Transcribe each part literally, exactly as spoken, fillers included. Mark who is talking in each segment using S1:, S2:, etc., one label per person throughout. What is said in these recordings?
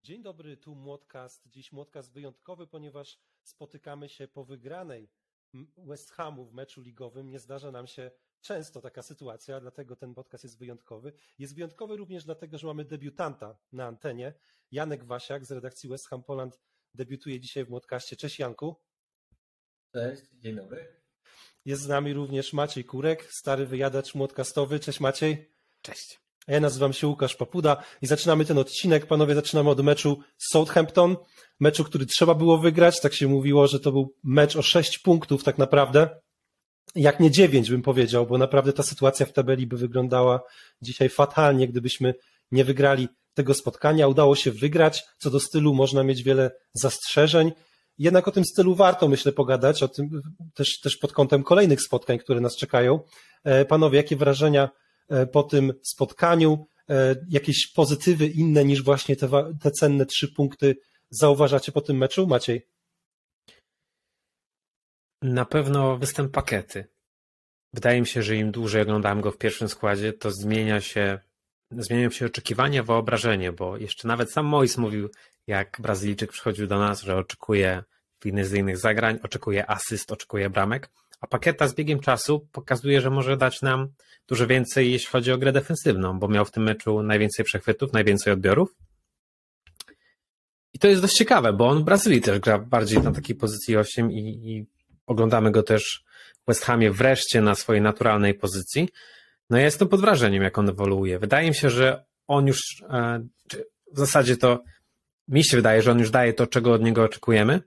S1: Dzień dobry, tu Młotcast. Dziś Młotcast wyjątkowy, ponieważ spotykamy się po wygranej West Hamu w meczu ligowym. Nie zdarza nam się często taka sytuacja, dlatego ten podcast jest wyjątkowy. Jest wyjątkowy również dlatego, że mamy debiutanta na antenie. Janek Wasiak z redakcji West Ham Poland debiutuje dzisiaj w Młotcaście. Cześć Janku.
S2: Cześć, dzień dobry.
S1: Jest z nami również Maciej Kurek, stary wyjadacz młotcastowy. Cześć Maciej.
S3: Cześć.
S1: Ja nazywam się Łukasz Papuda i zaczynamy ten odcinek. Panowie, zaczynamy od meczu z Southampton, meczu, który trzeba było wygrać. Tak się mówiło, że to był mecz o sześć punktów tak naprawdę. Jak nie dziewięć bym powiedział, bo naprawdę ta sytuacja w tabeli by wyglądała dzisiaj fatalnie, gdybyśmy nie wygrali tego spotkania. Udało się wygrać. Co do stylu można mieć wiele zastrzeżeń. Jednak o tym stylu warto, myślę, pogadać, o tym też, też pod kątem kolejnych spotkań, które nas czekają. Panowie, jakie wrażenia po tym spotkaniu, jakieś pozytywy inne niż właśnie te, te cenne trzy punkty zauważacie po tym meczu? Maciej?
S3: Na pewno występ Pakety. Wydaje mi się, że im dłużej oglądałem go w pierwszym składzie, to zmienia się, zmieniają się oczekiwania, wyobrażenie, bo jeszcze nawet sam Mois mówił, jak Brazylijczyk przychodził do nas, że oczekuje finezyjnych zagrań, oczekuje asyst, oczekuje bramek, a Paketa z biegiem czasu pokazuje, że może dać nam dużo więcej, jeśli chodzi o grę defensywną, bo miał w tym meczu najwięcej przechwytów, najwięcej odbiorów. I to jest dość ciekawe, bo on w Brazylii też gra bardziej na takiej pozycji osiem i, i oglądamy go też w West Hamie wreszcie na swojej naturalnej pozycji. No ja jestem pod wrażeniem, jak on ewoluuje. Wydaje mi się, że on już, w zasadzie to mi się wydaje, że on już daje to, czego od niego oczekujemy.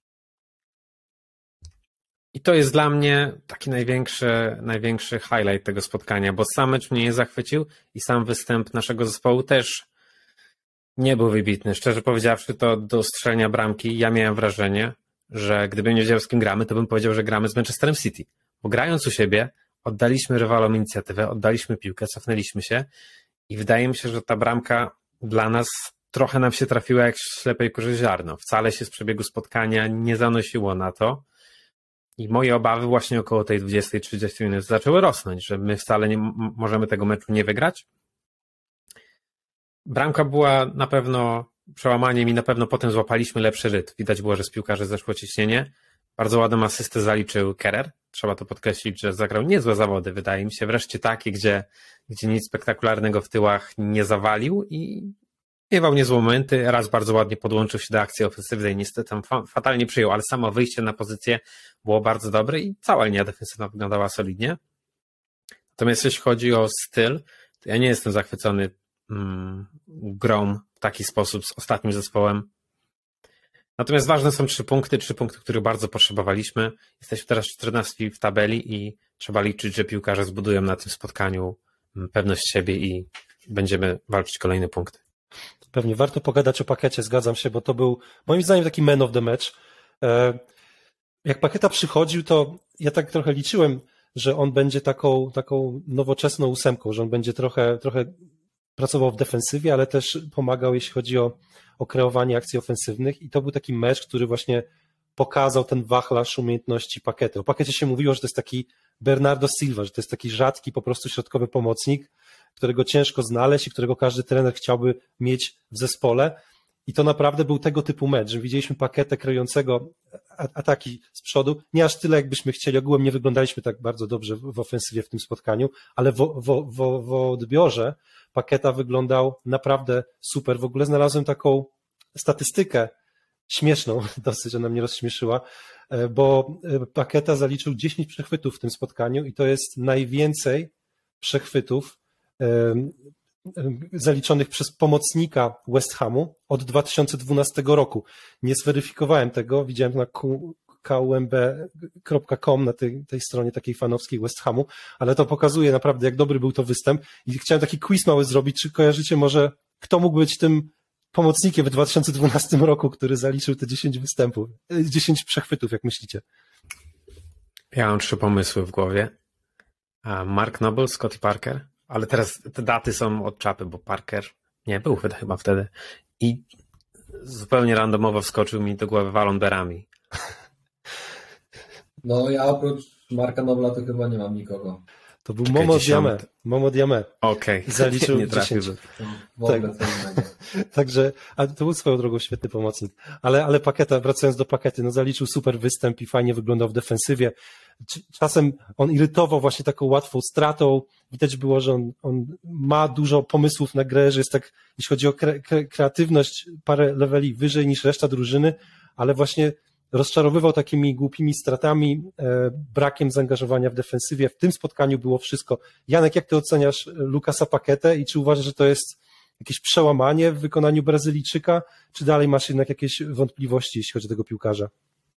S3: I to jest dla mnie taki największy, największy highlight tego spotkania, bo sam mecz mnie nie zachwycił i sam występ naszego zespołu też nie był wybitny. Szczerze powiedziawszy, to do strzelenia bramki ja miałem wrażenie, że gdybym nie wiedział, z kim gramy, to bym powiedział, że gramy z Manchesterem City. Bo grając u siebie, oddaliśmy rywalom inicjatywę, oddaliśmy piłkę, cofnęliśmy się i wydaje mi się, że ta bramka dla nas trochę nam się trafiła jak ślepej kurze ziarno. Wcale się z przebiegu spotkania nie zanosiło na to. I moje obawy właśnie około tej dwudziestej trzydziestej minut zaczęły rosnąć, że my wcale nie m- możemy tego meczu nie wygrać. Bramka była na pewno przełamaniem i na pewno potem złapaliśmy lepszy rytm. Widać było, że z piłkarzy zeszło ciśnienie. Bardzo ładną asystę zaliczył Kerrer. Trzeba to podkreślić, że zagrał niezłe zawody, wydaje mi się. Wreszcie takie, gdzie, gdzie nic spektakularnego w tyłach nie zawalił i miewał niezłe momenty. Raz bardzo ładnie podłączył się do akcji ofensywnej. Niestety tam fa- fatalnie przyjął, ale samo wyjście na pozycję było bardzo dobre i cała linia defensywna wyglądała solidnie. Natomiast jeśli chodzi o styl, to ja nie jestem zachwycony mm, grą w taki sposób z ostatnim zespołem. Natomiast ważne są trzy punkty, trzy punkty, których bardzo potrzebowaliśmy. Jesteśmy teraz czternastym w tabeli i trzeba liczyć, że piłkarze zbudują na tym spotkaniu pewność siebie i będziemy walczyć kolejne punkty.
S1: Pewnie warto pogadać o Pakecie, zgadzam się, bo to był moim zdaniem taki man of the match. Jak Paketa przychodził, to ja tak trochę liczyłem, że on będzie taką, taką nowoczesną ósemką, że on będzie trochę, trochę pracował w defensywie, ale też pomagał, jeśli chodzi o, o kreowanie akcji ofensywnych i to był taki mecz, który właśnie pokazał ten wachlarz umiejętności Pakety. O Pakecie się mówiło, że to jest taki Bernardo Silva, że to jest taki rzadki po prostu środkowy pomocnik, którego ciężko znaleźć i którego każdy trener chciałby mieć w zespole. I to naprawdę był tego typu mecz, że widzieliśmy Paketę kreującego ataki z przodu. Nie aż tyle, jakbyśmy chcieli. Ogółem nie wyglądaliśmy tak bardzo dobrze w ofensywie w tym spotkaniu, ale w, w, w, w odbiorze Paketa wyglądał naprawdę super. W ogóle znalazłem taką statystykę śmieszną, dosyć ona mnie rozśmieszyła, bo Paketa zaliczył dziesięć przechwytów w tym spotkaniu i to jest najwięcej przechwytów zaliczonych przez pomocnika West Hamu od dwa tysiące dwunastego roku. Nie zweryfikowałem tego, widziałem to na k u m b kropka com, na tej, tej stronie takiej fanowskiej West Hamu, ale to pokazuje naprawdę, jak dobry był to występ i chciałem taki quiz mały zrobić, czy kojarzycie może, kto mógł być tym pomocnikiem w dwa tysiące dwunastym roku, który zaliczył te dziesięć występów, dziesięć przechwytów, jak myślicie?
S3: Ja mam trzy pomysły w głowie. Mark Noble, Scottie Parker, ale teraz te daty są od czapy, bo Parker nie był chyba wtedy i zupełnie randomowo wskoczył mi do głowy Valon Berami.
S2: No ja oprócz Marka Nobla to chyba nie mam nikogo.
S1: To był
S3: Czekaj,
S1: Momo
S3: dziesiąty.
S1: Diame. Momo Diame.
S3: Okej.
S1: I zaliczył
S3: Nie trafił.
S1: dziesięć.
S2: W ogóle co innego.
S1: Także, a to był swoją drogą świetny pomocnik. Ale, ale Paketa, wracając do Pakety, no zaliczył super występ i fajnie wyglądał w defensywie. Czasem on irytował właśnie taką łatwą stratą. Widać było, że on, on ma dużo pomysłów na grę, że jest tak, jeśli chodzi o kre, kre, kreatywność, parę leveli wyżej niż reszta drużyny, ale właśnie rozczarowywał takimi głupimi stratami, e, brakiem zaangażowania w defensywie. W tym spotkaniu było wszystko. Janek, jak ty oceniasz Lukasa Paketę i czy uważasz, że to jest jakieś przełamanie w wykonaniu Brazylijczyka, czy dalej masz jednak jakieś wątpliwości, jeśli chodzi o tego piłkarza?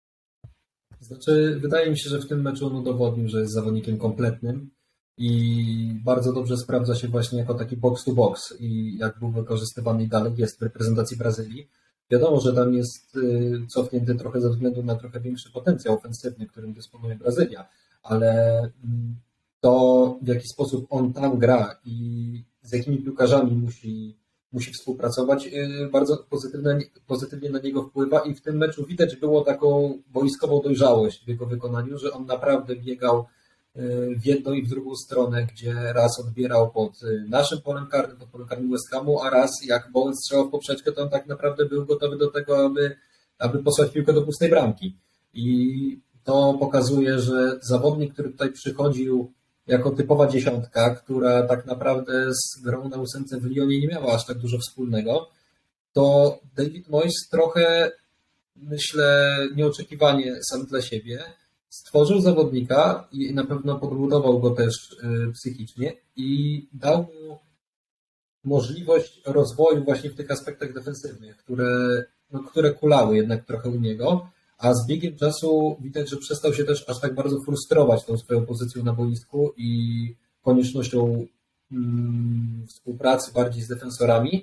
S2: Znaczy, wydaje mi się, że w tym meczu on udowodnił, że jest zawodnikiem kompletnym i bardzo dobrze sprawdza się właśnie jako taki box to box i jak był wykorzystywany i dalej jest w reprezentacji Brazylii. Wiadomo, że tam jest cofnięty trochę ze względu na trochę większy potencjał ofensywny, którym dysponuje Brazylia, ale to, w jaki sposób on tam gra i z jakimi piłkarzami musi, musi współpracować, bardzo pozytywnie, pozytywnie na niego wpływa i w tym meczu widać było taką boiskową dojrzałość w jego wykonaniu, że on naprawdę biegał w jedną i w drugą stronę, gdzie raz odbierał pod naszym polem karnym, pod polem karnym West Hamu, a raz jak Bowen strzelał w poprzeczkę, to on tak naprawdę był gotowy do tego, aby, aby posłać piłkę do pustej bramki. I to pokazuje, że zawodnik, który tutaj przychodził jako typowa dziesiątka, która tak naprawdę z grą na ósemce w Lyonie nie miała aż tak dużo wspólnego, to David Moyes trochę, myślę, nieoczekiwanie sam dla siebie stworzył zawodnika i na pewno podbudował go też psychicznie i dał mu możliwość rozwoju właśnie w tych aspektach defensywnych, które, no, które kulały jednak trochę u niego, a z biegiem czasu widać, że przestał się też aż tak bardzo frustrować tą swoją pozycją na boisku i koniecznością mm, współpracy bardziej z defensorami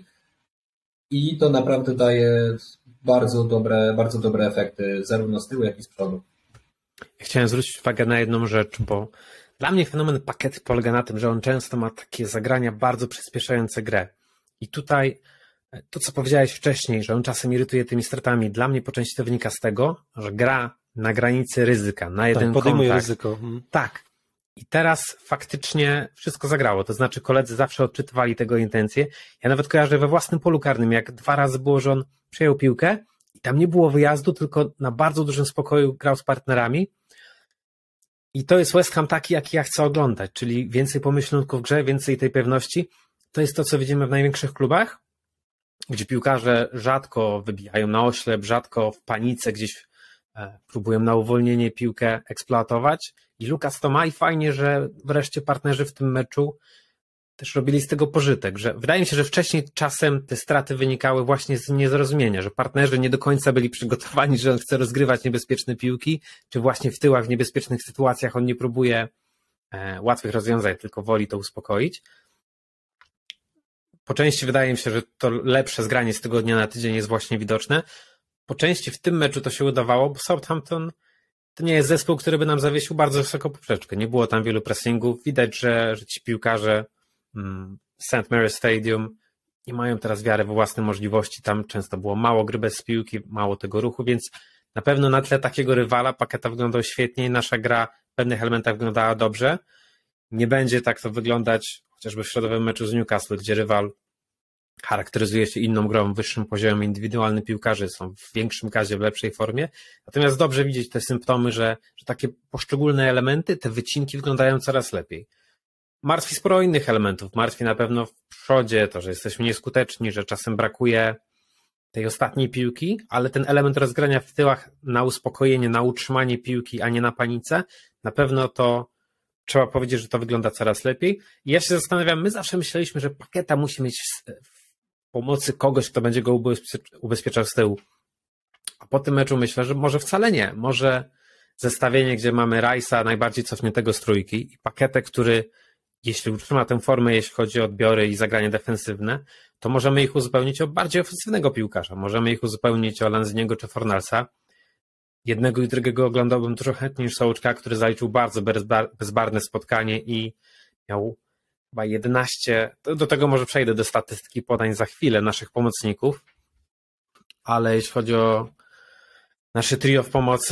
S2: i to naprawdę daje bardzo dobre, bardzo dobre efekty zarówno z tyłu, jak i z przodu.
S3: Chciałem zwrócić uwagę na jedną rzecz, bo dla mnie fenomen Pakety polega na tym, że on często ma takie zagrania bardzo przyspieszające grę. I tutaj to, co powiedziałeś wcześniej, że on czasem irytuje tymi stratami, dla mnie po części to wynika z tego, że gra na granicy ryzyka, na jeden
S1: tak, podejmuje
S3: kontakt.
S1: ryzyko. Hmm.
S3: Tak. I teraz faktycznie wszystko zagrało. To znaczy koledzy zawsze odczytywali tego intencje. Ja nawet kojarzę we własnym polu karnym, jak dwa razy było, że on przejął piłkę i tam nie było wyjazdu, tylko na bardzo dużym spokoju grał z partnerami. I to jest West Ham taki, jaki ja chcę oglądać, czyli więcej pomyślunków w grze, więcej tej pewności. To jest to, co widzimy w największych klubach, gdzie piłkarze rzadko wybijają na oślep, rzadko w panice gdzieś e, próbują na uwolnienie piłkę eksploatować. I Lukas to ma i fajnie, że wreszcie partnerzy w tym meczu też robili z tego pożytek, że wydaje mi się, że wcześniej czasem te straty wynikały właśnie z niezrozumienia, że partnerzy nie do końca byli przygotowani, że on chce rozgrywać niebezpieczne piłki, czy właśnie w tyłach w niebezpiecznych sytuacjach on nie próbuje e, łatwych rozwiązań, tylko woli to uspokoić. Po części wydaje mi się, że to lepsze zgranie z tygodnia na tydzień jest właśnie widoczne. Po części w tym meczu to się udawało, bo Southampton to nie jest zespół, który by nam zawiesił bardzo wysoko poprzeczkę. Nie było tam wielu pressingów. Widać, że, że ci piłkarze Saint Mary's Stadium nie mają teraz wiary we własne możliwości. Tam często było mało gry bez piłki, mało tego ruchu, więc na pewno na tle takiego rywala Paketa wyglądał świetnie i nasza gra w pewnych elementach wyglądała dobrze. Nie będzie tak to wyglądać chociażby w środowym meczu z Newcastle, gdzie rywal charakteryzuje się inną grą, wyższym poziomem, indywidualni piłkarze są w większym gazie, w lepszej formie. Natomiast dobrze widzieć te symptomy, że, że takie poszczególne elementy, te wycinki wyglądają coraz lepiej. Martwi sporo innych elementów. Martwi na pewno w przodzie to, że jesteśmy nieskuteczni, że czasem brakuje tej ostatniej piłki, ale ten element rozgrania w tyłach na uspokojenie, na utrzymanie piłki, a nie na panice, na pewno to trzeba powiedzieć, że to wygląda coraz lepiej. I ja się zastanawiam, my zawsze myśleliśmy, że Paketa musi mieć w pomocy kogoś, kto będzie go ubezpieczał z tyłu. A po tym meczu myślę, że może wcale nie. Może zestawienie, gdzie mamy Rice'a, najbardziej cofniętego z trójki i Paketę, który jeśli utrzyma tę formę, jeśli chodzi o odbiory i zagranie defensywne, to możemy ich uzupełnić o bardziej ofensywnego piłkarza. Możemy ich uzupełnić o Lanziniego czy Fornalsa. Jednego i drugiego oglądałbym dużo chętniej niż Sołuczka, który zaliczył bardzo bezbarwne spotkanie i miał chyba jedenaście, do tego może przejdę do statystyki podań za chwilę naszych pomocników, ale jeśli chodzi o nasze trio w pomocy, to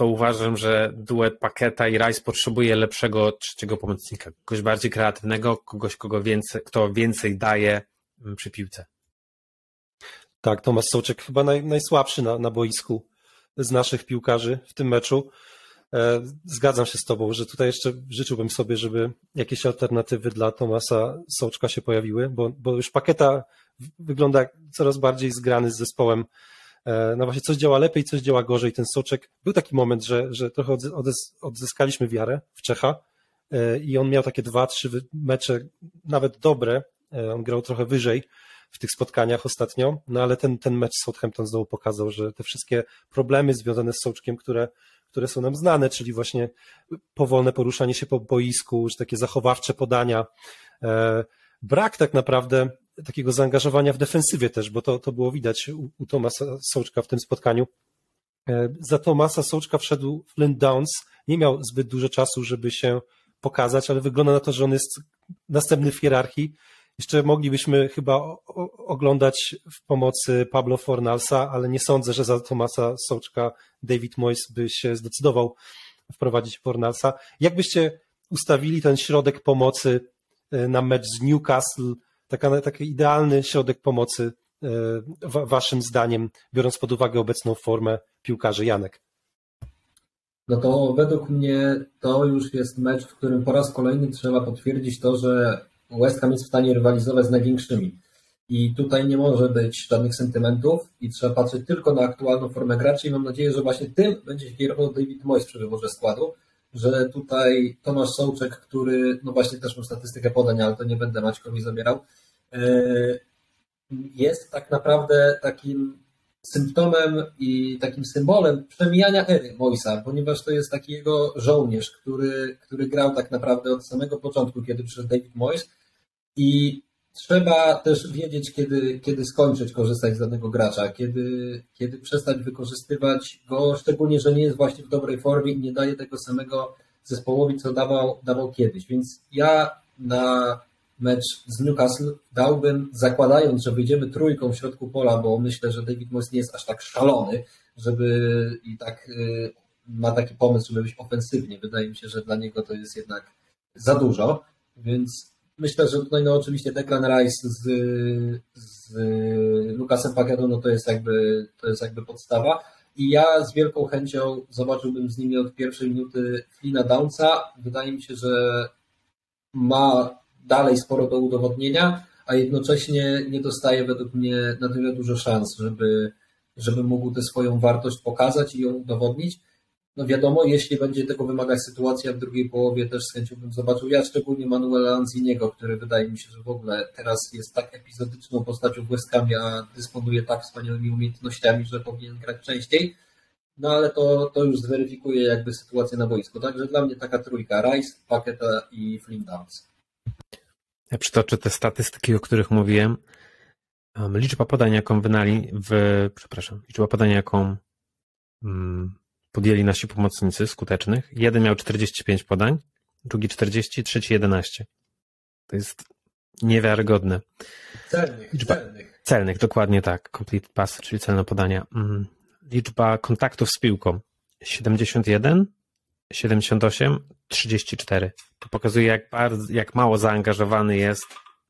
S3: to uważam, że duet Paqueta i Rice potrzebuje lepszego trzeciego pomocnika. Kogoś bardziej kreatywnego, kogoś, kogo więcej, kto więcej daje przy piłce.
S1: Tak, Tomasz Souček chyba naj, najsłabszy na, na boisku z naszych piłkarzy w tym meczu. E, zgadzam się z tobą, że tutaj jeszcze życzyłbym sobie, żeby jakieś alternatywy dla Tomasa Součka się pojawiły, bo, bo już Paqueta wygląda jak coraz bardziej zgrany z zespołem. E, no właśnie coś działa lepiej, coś działa gorzej. Ten Souček, był taki moment, że, że trochę odzys- odzyskaliśmy wiarę w Czecha e, i on miał takie dwa, trzy mecze nawet dobre. E, on grał trochę wyżej w tych spotkaniach ostatnio, no ale ten, ten mecz z Southampton znowu pokazał, że te wszystkie problemy związane z Součkiem, które, które są nam znane, czyli właśnie powolne poruszanie się po boisku, że takie zachowawcze podania, e, brak tak naprawdę takiego zaangażowania w defensywie też, bo to, to było widać u, u Tomasa Součka w tym spotkaniu. E, za Tomasa Součka wszedł Flynn Downs, nie miał zbyt dużo czasu, żeby się pokazać, ale wygląda na to, że on jest następny w hierarchii. Jeszcze moglibyśmy chyba oglądać w pomocy Pablo Fornalsa, ale nie sądzę, że za Tomasa Součka David Moyes by się zdecydował wprowadzić Fornalsa. Jak byście ustawili ten środek pomocy na mecz z Newcastle, taka, taki idealny środek pomocy waszym zdaniem, biorąc pod uwagę obecną formę piłkarzy? Janek.
S2: No to według mnie to już jest mecz, w którym po raz kolejny trzeba potwierdzić to, że West Ham jest w stanie rywalizować z największymi. I tutaj nie może być żadnych sentymentów i trzeba patrzeć tylko na aktualną formę graczy i mam nadzieję, że właśnie tym będzie się kierował David Moyes przy wyborze składu, że tutaj Tomasz Souček, który, no właśnie też mam statystykę podań, ale to nie będę Maćkowi zabierał, jest tak naprawdę takim symptomem i takim symbolem przemijania ery Moyesa, ponieważ to jest taki jego żołnierz, który, który grał tak naprawdę od samego początku, kiedy przyszedł David Moyes i trzeba też wiedzieć, kiedy, kiedy skończyć korzystać z danego gracza, kiedy, kiedy przestać wykorzystywać go, szczególnie, że nie jest właśnie w dobrej formie i nie daje tego samego zespołowi, co dawał, dawał kiedyś. Więc ja na mecz z Newcastle dałbym, zakładając, że wyjdziemy trójką w środku pola, bo myślę, że David Moyes nie jest aż tak szalony, żeby i tak y, ma taki pomysł, żeby być ofensywnie. Wydaje mi się, że dla niego to jest jednak za dużo, więc myślę, że tutaj no oczywiście Declan Rice z, z Lucasem Paquetą, no to jest jakby to jest jakby podstawa i ja z wielką chęcią zobaczyłbym z nimi od pierwszej minuty Flynna Downsa. Wydaje mi się, że ma dalej sporo do udowodnienia, a jednocześnie nie dostaje według mnie na tyle dużo szans, żeby, żeby mógł tę swoją wartość pokazać i ją udowodnić. No wiadomo, jeśli będzie tego wymagać sytuacja w drugiej połowie, też z chęcią bym zobaczył. Ja szczególnie Manuela Lanziniego, który wydaje mi się, że w ogóle teraz jest tak epizodyczną postacią w West Hamie, a dysponuje tak wspaniałymi umiejętnościami, że powinien grać częściej. No ale to, to już zweryfikuje jakby sytuację na boisku. Także dla mnie taka trójka: Rice, Paqueta i Flynn Downs.
S3: Ja przytoczę te statystyki, o których mówiłem. Um, liczba podań, jaką wynali w, przepraszam, liczba podań, jaką um, podjęli nasi pomocnicy skutecznych. Jeden miał czterdzieści pięć podań, drugi czterdzieści, trzeci jedenaście. To jest niewiarygodne.
S2: Celnych,
S3: liczba,
S2: celnych.
S3: Celnych, dokładnie tak. Complete pass, czyli celne podania. Um, liczba kontaktów z piłką siedemdziesiąt jeden, siedemdziesiąt osiem, trzydzieści cztery. To pokazuje, jak bardzo, jak mało zaangażowany jest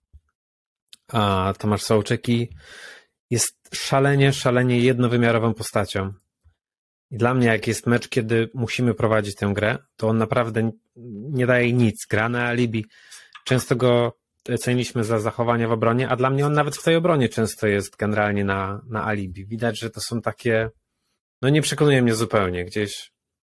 S3: a, Tomasz Souček i jest szalenie, szalenie jednowymiarową postacią. I dla mnie, jak jest mecz, kiedy musimy prowadzić tę grę, to on naprawdę nie daje nic. Gra na alibi. Często go ceniliśmy za zachowania w obronie, a dla mnie on nawet w tej obronie często jest generalnie na, na alibi. Widać, że to są takie, no nie przekonuje mnie zupełnie. Gdzieś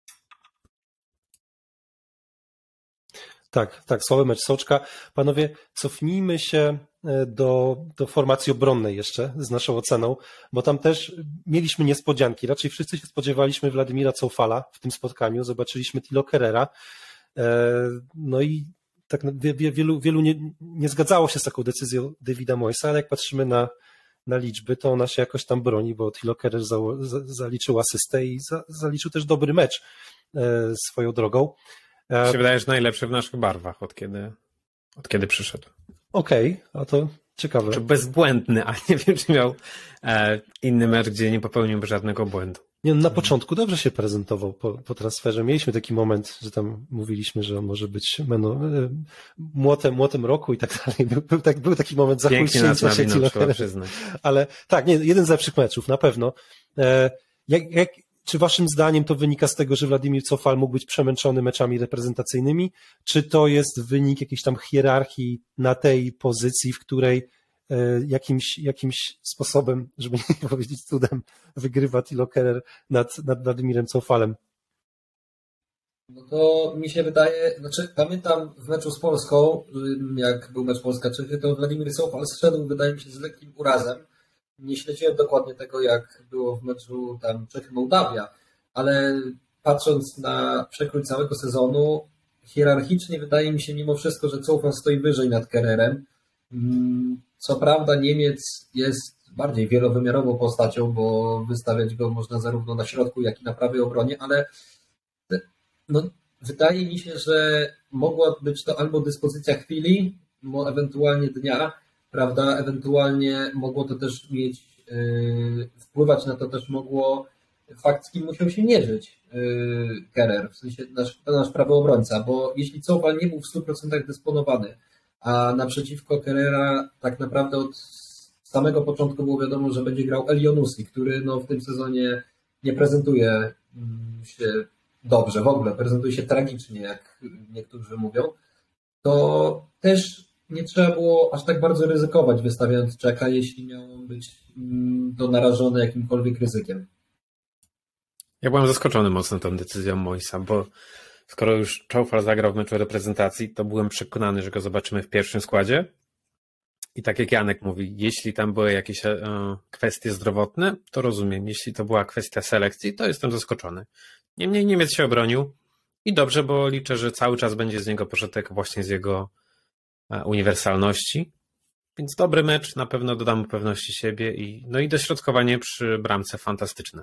S1: Tak, tak, słaby mecz Součka. Panowie, cofnijmy się do, do formacji obronnej jeszcze z naszą oceną, bo tam też mieliśmy niespodzianki. Raczej wszyscy się spodziewaliśmy Wladimira Coufala w tym spotkaniu. Zobaczyliśmy Thilo Kerrera. No i tak wielu, wielu nie, nie zgadzało się z taką decyzją Davida Moyesa, ale jak patrzymy na, na liczby, to ona się jakoś tam broni, bo Thilo Kerrer za, za, zaliczył asystę i za, zaliczył też dobry mecz swoją drogą.
S3: Mi się wydaje, że najlepszy w naszych barwach, od kiedy, od kiedy przyszedł.
S1: Okej, okay, a to ciekawe.
S3: Czy bezbłędny, a nie wiem, czy miał e, inny mecz, gdzie nie popełniłby żadnego błędu.
S1: Nie, no na początku dobrze się prezentował po, po transferze. Mieliśmy taki moment, że tam mówiliśmy, że on może być meno, młotem, młotem roku i tak dalej. Był, był, tak, był taki moment zachłyśnięcia się Tilo Keller. Ale tak, nie, jeden z lepszych meczów, na pewno. E, jak, jak, czy waszym zdaniem to wynika z tego, że Władimir Coufal mógł być przemęczony meczami reprezentacyjnymi, czy to jest wynik jakiejś tam hierarchii na tej pozycji, w której jakimś, jakimś sposobem, żeby nie powiedzieć cudem, wygrywa Tilo Keller nad, nad Władimirem Coufalem?
S2: No to mi się wydaje, znaczy pamiętam w meczu z Polską, jak był mecz Polska-Czechy, to Władimir Coufal zszedł, wydaje mi się, z lekkim urazem. Nie śledziłem dokładnie tego, jak było w meczu tam Czechy-Mołdawia, ale patrząc na przekrój całego sezonu, hierarchicznie wydaje mi się mimo wszystko, że Coufal stoi wyżej nad Kellerem. Co prawda Niemiec jest bardziej wielowymiarową postacią, bo wystawiać go można zarówno na środku, jak i na prawej obronie, ale no, wydaje mi się, że mogła być to albo dyspozycja chwili, ewentualnie dnia, prawda, ewentualnie mogło to też mieć, yy, wpływać na to też mogło fakt, z kim musiał się mierzyć yy, Keller, w sensie nasz, nasz prawy obrońca, bo jeśli Coufal nie był w stu procentach dysponowany, a naprzeciwko Kellera tak naprawdę od samego początku było wiadomo, że będzie grał Elyounoussi, który no, w tym sezonie nie prezentuje się dobrze, w ogóle prezentuje się tragicznie, jak niektórzy mówią, to też nie trzeba było aż tak bardzo ryzykować wystawiając Czeka, jeśli miał on być to narażony jakimkolwiek ryzykiem.
S3: Ja byłem zaskoczony mocno tą decyzją Moisa, bo skoro już Coufal zagrał w meczu reprezentacji, to byłem przekonany, że go zobaczymy w pierwszym składzie. I tak jak Janek mówi, jeśli tam były jakieś e, kwestie zdrowotne, to rozumiem. Jeśli to była kwestia selekcji, to jestem zaskoczony. Niemniej Niemiec się obronił i dobrze, bo liczę, że cały czas będzie z niego pożytek właśnie z jego e, uniwersalności. Więc dobry mecz, na pewno dodam mu pewności siebie i no i dośrodkowanie przy bramce fantastyczne.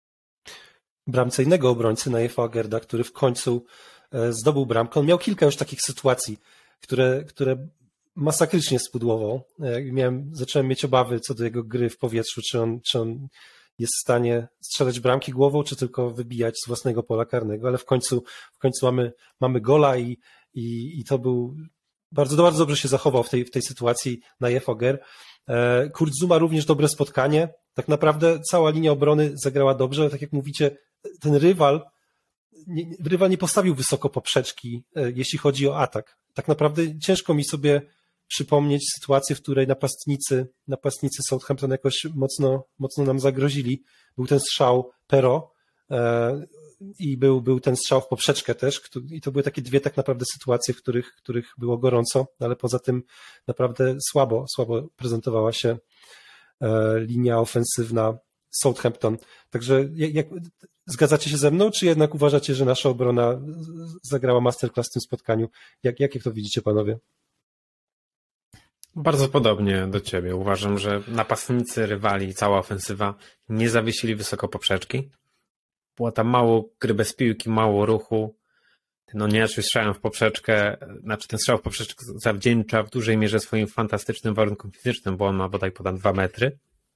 S1: Bramce innego obrońcy, Najefa Agerda, który w końcu zdobył bramkę. On miał kilka już takich sytuacji, które, które masakrycznie spudłował. Miałem, zacząłem mieć obawy co do jego gry w powietrzu, czy on, czy on jest w stanie strzelać bramki głową, czy tylko wybijać z własnego pola karnego, ale w końcu, w końcu mamy, mamy gola i, i, i to był bardzo, bardzo dobrze się zachował w tej, w tej sytuacji Najef Ager. Kurt Zouma również dobre spotkanie. Tak naprawdę cała linia obrony zagrała dobrze, ale tak jak mówicie, ten rywal, nie, rywal nie postawił wysoko poprzeczki, jeśli chodzi o atak. Tak naprawdę ciężko mi sobie przypomnieć sytuację, w której napastnicy, napastnicy Southampton jakoś mocno, mocno nam zagrozili. Był ten strzał Pero e, i był, był ten strzał w poprzeczkę też i to były takie dwie tak naprawdę sytuacje, w których, w których było gorąco, ale poza tym naprawdę słabo, słabo prezentowała się e, linia ofensywna Southampton. Także jak, jak, zgadzacie się ze mną, czy jednak uważacie, że nasza obrona zagrała masterclass w tym spotkaniu? Jak, jak, jak to widzicie, panowie?
S3: Bardzo podobnie do ciebie. Uważam, że napastnicy rywali i cała ofensywa nie zawiesili wysoko poprzeczki. Było tam mało gry bez piłki, mało ruchu. Ten Oniaszy strzałem w poprzeczkę, znaczy ten strzał w poprzeczkę zawdzięcza w dużej mierze swoim fantastycznym warunkom fizycznym, bo on ma bodaj ponad dwa metry.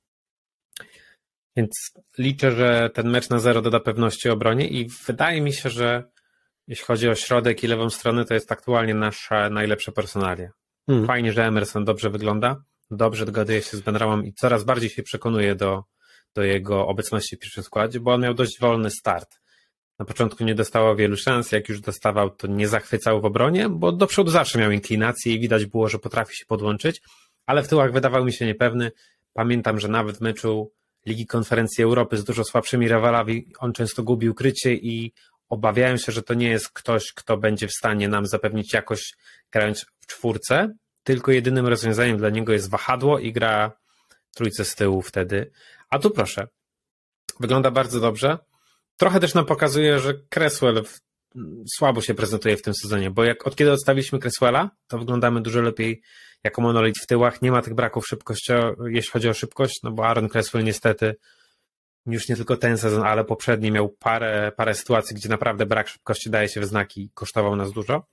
S3: Więc liczę, że ten mecz na zero doda pewności obronie i wydaje mi się, że jeśli chodzi o środek i lewą stronę, to jest aktualnie nasza najlepsza personalia. Hmm. Fajnie, że Emerson dobrze wygląda, dobrze dogaduje się z Benramą i coraz bardziej się przekonuje do, do jego obecności w pierwszym składzie, bo on miał dość wolny start. Na początku nie dostawał wielu szans, jak już dostawał, to nie zachwycał w obronie, bo do przodu zawsze miał inklinację i widać było, że potrafi się podłączyć, ale w tyłach wydawał mi się niepewny. Pamiętam, że nawet w meczu Ligi Konferencji Europy z dużo słabszymi rywalami on często gubił krycie i obawiałem się, że to nie jest ktoś, kto będzie w stanie nam zapewnić jakość grając w czwórce, tylko jedynym rozwiązaniem dla niego jest wahadło i gra trójce z tyłu wtedy. A tu proszę, wygląda bardzo dobrze. Trochę też nam pokazuje, że Cresswell słabo się prezentuje w tym sezonie, bo jak od kiedy odstawiliśmy Cresswella, to wyglądamy dużo lepiej jako monolit w tyłach. Nie ma tych braków szybkości, jeśli chodzi o szybkość, no bo Aaron Cresswell niestety już nie tylko ten sezon, ale poprzedni miał parę, parę sytuacji, gdzie naprawdę brak szybkości daje się we znaki i kosztował nas dużo.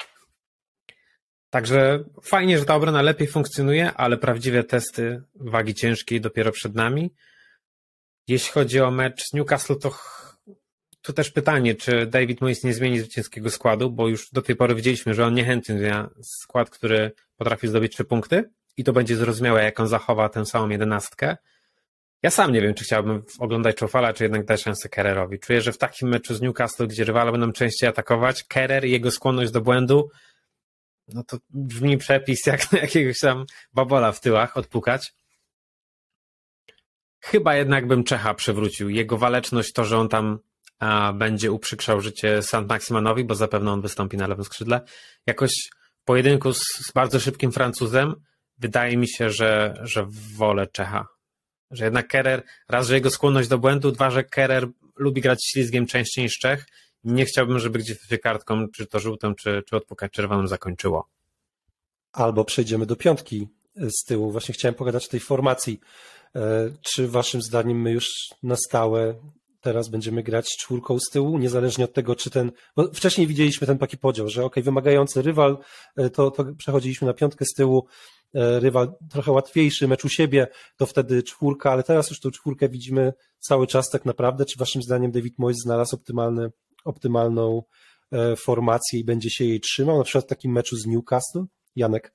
S3: Także fajnie, że ta obrona lepiej funkcjonuje, ale prawdziwe testy wagi ciężkiej dopiero przed nami. Jeśli chodzi o mecz z Newcastle, to tu też pytanie, czy David Moyes nie zmieni zwycięskiego składu, bo już do tej pory widzieliśmy, że on niechętnie zmienia skład, który potrafi zdobyć trzy punkty i to będzie zrozumiałe, jak on zachowa tę samą jedenastkę. Ja sam nie wiem, czy chciałbym oglądać Czofala, czy jednak dać szansę Kerrerowi. Czuję, że w takim meczu z Newcastle, gdzie rywale będą częściej atakować, Kerrer i jego skłonność do błędu, no to brzmi przepis jak na jakiegoś tam babola w tyłach odpukać. Chyba jednak bym Czecha przywrócił. Jego waleczność, to, że on tam a, będzie uprzykrzał życie Saint-Maximanowi, bo zapewne on wystąpi na lewym skrzydle. Jakoś w pojedynku z, z bardzo szybkim Francuzem wydaje mi się, że, że wolę Czecha. Że jednak Kerrer, raz, że jego skłonność do błędu, dwa, że Kerrer lubi grać ślizgiem częściej niż Czech. Nie chciałbym, żeby gdzieś się kartką, czy to żółtą, czy, czy odpukać czerwoną zakończyło.
S1: Albo przejdziemy do piątki z tyłu. Właśnie chciałem pogadać o tej formacji. Czy waszym zdaniem my już na stałe teraz będziemy grać czwórką z tyłu, niezależnie od tego, czy ten... Bo wcześniej widzieliśmy ten taki podział, że ok, wymagający rywal, to, to przechodziliśmy na piątkę z tyłu, rywal trochę łatwiejszy, mecz u siebie, to wtedy czwórka, ale teraz już tą czwórkę widzimy cały czas tak naprawdę. Czy waszym zdaniem David Moyes znalazł optymalny, optymalną formację i będzie się jej trzymał, na przykład w takim meczu z Newcastle? Janek?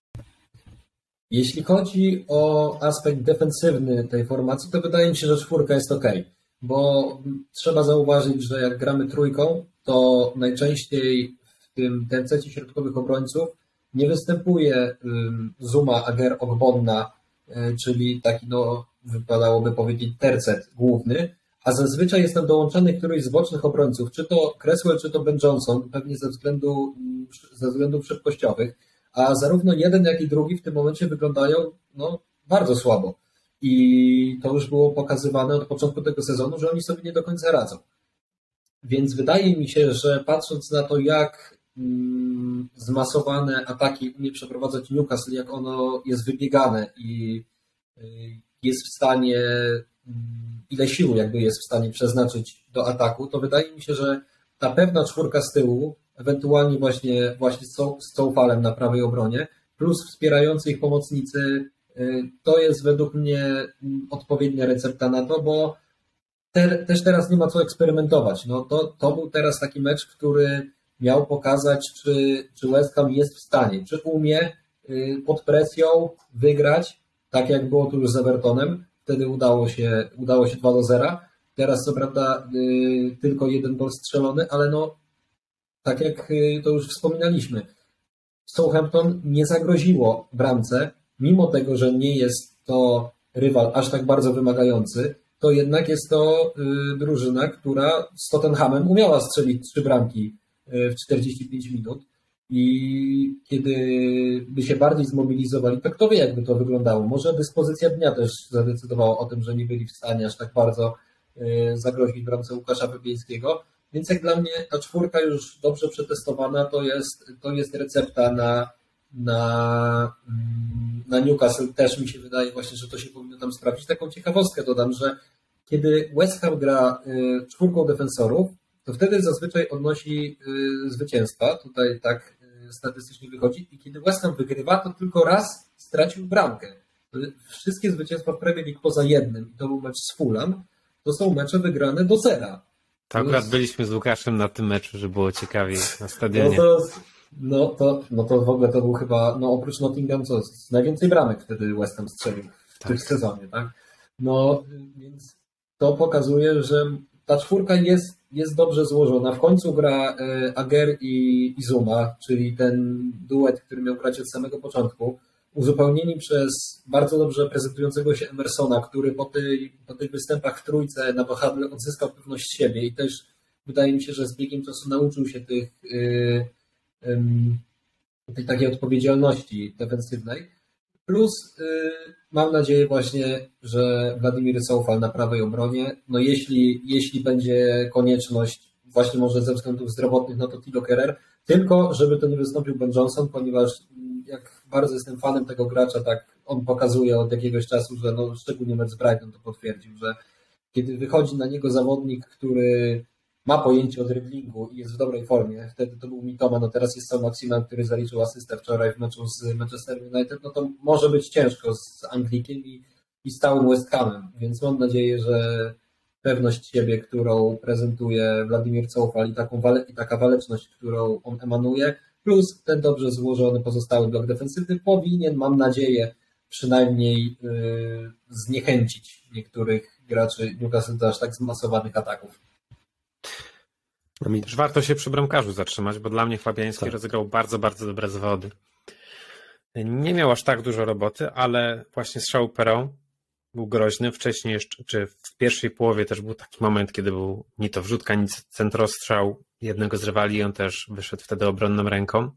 S2: Jeśli chodzi o aspekt defensywny tej formacji, to wydaje mi się, że czwórka jest ok, bo trzeba zauważyć, że jak gramy trójką, to najczęściej w tym tercecie środkowych obrońców nie występuje Zuma, Aguerd, Ogbonna, czyli taki, no, wypadałoby powiedzieć, tercet główny, a zazwyczaj jest tam dołączany któryś z bocznych obrońców, czy to Cresswell, czy to Ben Johnson, pewnie ze, względu, ze względów szybkościowych, a zarówno jeden, jak i drugi w tym momencie wyglądają no, bardzo słabo. I to już było pokazywane od początku tego sezonu, że oni sobie nie do końca radzą. Więc wydaje mi się, że patrząc na to, jak mm, zmasowane ataki umie przeprowadzać Newcastle, jak ono jest wybiegane i y, jest w stanie, y, ile siły jakby jest w stanie przeznaczyć do ataku, to wydaje mi się, że ta pewna czwórka z tyłu, ewentualnie właśnie, właśnie z Coufalem na prawej obronie, plus wspierający ich pomocnicy, to jest według mnie odpowiednia recepta na to, bo te, też teraz nie ma co eksperymentować. No to, to był teraz taki mecz, który miał pokazać, czy, czy West Ham jest w stanie, czy umie pod presją wygrać, tak jak było tu już z Evertonem. Wtedy udało się, udało się dwa do zera. Teraz co prawda tylko jeden gol strzelony, ale no tak jak to już wspominaliśmy, Southampton nie zagroziło bramce, mimo tego, że nie jest to rywal aż tak bardzo wymagający, to jednak jest to drużyna, która z Tottenhamem umiała strzelić trzy bramki w czterdzieści pięć minut i kiedy by się bardziej zmobilizowali, to kto wie, jakby to wyglądało. Może dyspozycja dnia też zadecydowała o tym, że nie byli w stanie aż tak bardzo zagrozić bramce Łukasza Wypieńskiego. Więc jak dla mnie ta czwórka już dobrze przetestowana, to jest, to jest recepta na, na, na Newcastle. Też mi się wydaje właśnie, że to się powinno tam sprawdzić. Taką ciekawostkę dodam, że kiedy West Ham gra czwórką defensorów, to wtedy zazwyczaj odnosi zwycięstwa. Tutaj tak statystycznie wychodzi. I kiedy West Ham wygrywa, to tylko raz stracił bramkę. Wszystkie zwycięstwa w Premier League poza jednym, i to był mecz z Fulham, to są mecze wygrane do zera.
S3: To akurat byliśmy z Łukaszem na tym meczu, że było ciekawiej na stadionie.
S2: No to, no to, no to w ogóle to był chyba, no oprócz Nottingham, co najwięcej bramek wtedy West Ham strzelił w tak. tym sezonie, tak? No więc to pokazuje, że ta czwórka jest, jest dobrze złożona. W końcu gra Aguerd i, i Zuma, czyli ten duet, który miał grać od samego początku, uzupełnieni przez bardzo dobrze prezentującego się Emersona, który po, tej, po tych występach w trójce na wahadle odzyskał pewność siebie i też wydaje mi się, że z biegiem czasu nauczył się tych, yy, yy, tej takiej odpowiedzialności defensywnej. Plus yy, mam nadzieję właśnie, że Wladimir Coufal na prawej obronie, no jeśli, jeśli będzie konieczność właśnie może ze względów zdrowotnych, no to Thilo Kerrer, tylko żeby to nie wystąpił Ben Johnson, ponieważ jak bardzo jestem fanem tego gracza, tak on pokazuje od jakiegoś czasu, że no, szczególnie mecz z Brighton to potwierdził, że kiedy wychodzi na niego zawodnik, który ma pojęcie o driblingu i jest w dobrej formie, wtedy to był Mitoma, no teraz jest Saint-Maximin, który zaliczył asystę wczoraj w meczu z Manchester United, no to może być ciężko z Anglikiem i i z całym West Hamem, więc mam nadzieję, że pewność siebie, którą prezentuje Władimir Coufal i, taką wale, i taka waleczność, którą on emanuje, plus ten dobrze złożony pozostały blok defensywny powinien, mam nadzieję, przynajmniej yy, zniechęcić niektórych graczy Newcastle do aż tak zmasowanych ataków.
S3: Też warto się przy bramkarzu zatrzymać, bo dla mnie Fabiański
S1: tak.
S3: rozegrał bardzo, bardzo dobre zawody. Nie miał aż tak dużo roboty, ale właśnie strzał Perą był groźny. Wcześniej jeszcze, czy w pierwszej połowie też był taki moment, kiedy był ni to wrzutka, ni centrostrzał jednego z rywali i on też wyszedł wtedy obronną ręką.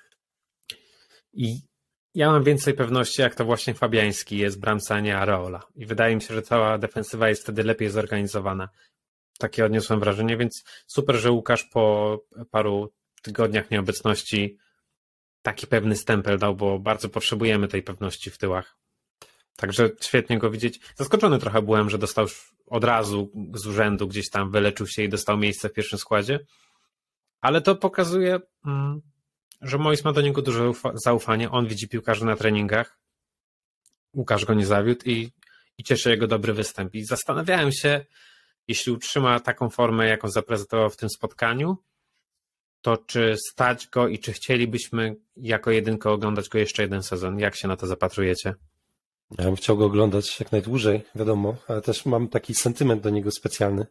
S3: I ja mam więcej pewności, jak to właśnie Fabiański jest w bramce, a nie Areola. I wydaje mi się, że cała defensywa jest wtedy lepiej zorganizowana. Takie odniosłem wrażenie, więc super, że Łukasz po paru tygodniach nieobecności taki pewny stempel dał, bo bardzo potrzebujemy tej pewności w tyłach. Także świetnie go widzieć. Zaskoczony trochę byłem, że dostał już od razu z urzędu, gdzieś tam wyleczył się i dostał miejsce w pierwszym składzie. Ale to pokazuje, że Moyes ma do niego duże zaufanie. On widzi piłkarzy na treningach. Łukasz go nie zawiódł i, i cieszy jego dobry występ. I zastanawiałem się, jeśli utrzyma taką formę, jaką zaprezentował w tym spotkaniu, to czy stać go i czy chcielibyśmy jako jedynkę oglądać go jeszcze jeden sezon? Jak się na to zapatrujecie?
S1: Ja bym chciał go oglądać jak najdłużej, wiadomo, ale też mam taki sentyment do niego specjalny.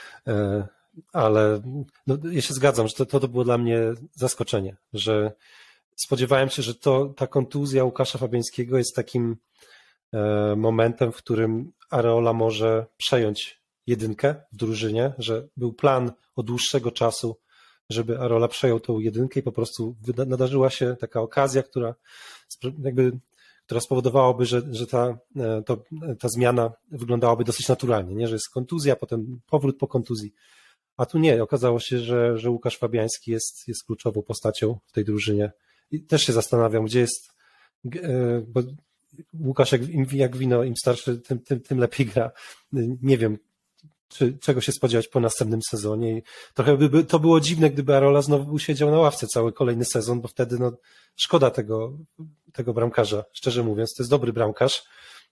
S1: Ale no, ja się zgadzam, że to, to było dla mnie zaskoczenie, że spodziewałem się, że to, ta kontuzja Łukasza Fabiańskiego jest takim momentem, w którym Areola może przejąć jedynkę w drużynie, że był plan od dłuższego czasu, żeby Areola przejął tą jedynkę i po prostu nadarzyła się taka okazja, która jakby która spowodowałaby, że, że ta, to, ta zmiana wyglądałaby dosyć naturalnie, nie? Że jest kontuzja, potem powrót po kontuzji. A tu nie, okazało się, że, że Łukasz Fabiański jest, jest kluczową postacią w tej drużynie. I też się zastanawiam, gdzie jest, bo Łukasz jak, jak wino, im starszy, tym, tym, tym lepiej gra. Nie wiem, czy, czego się spodziewać po następnym sezonie. I trochę by to było dziwne, gdyby Areola znowu siedział na ławce cały kolejny sezon, bo wtedy no, szkoda tego, tego bramkarza, szczerze mówiąc. To jest dobry bramkarz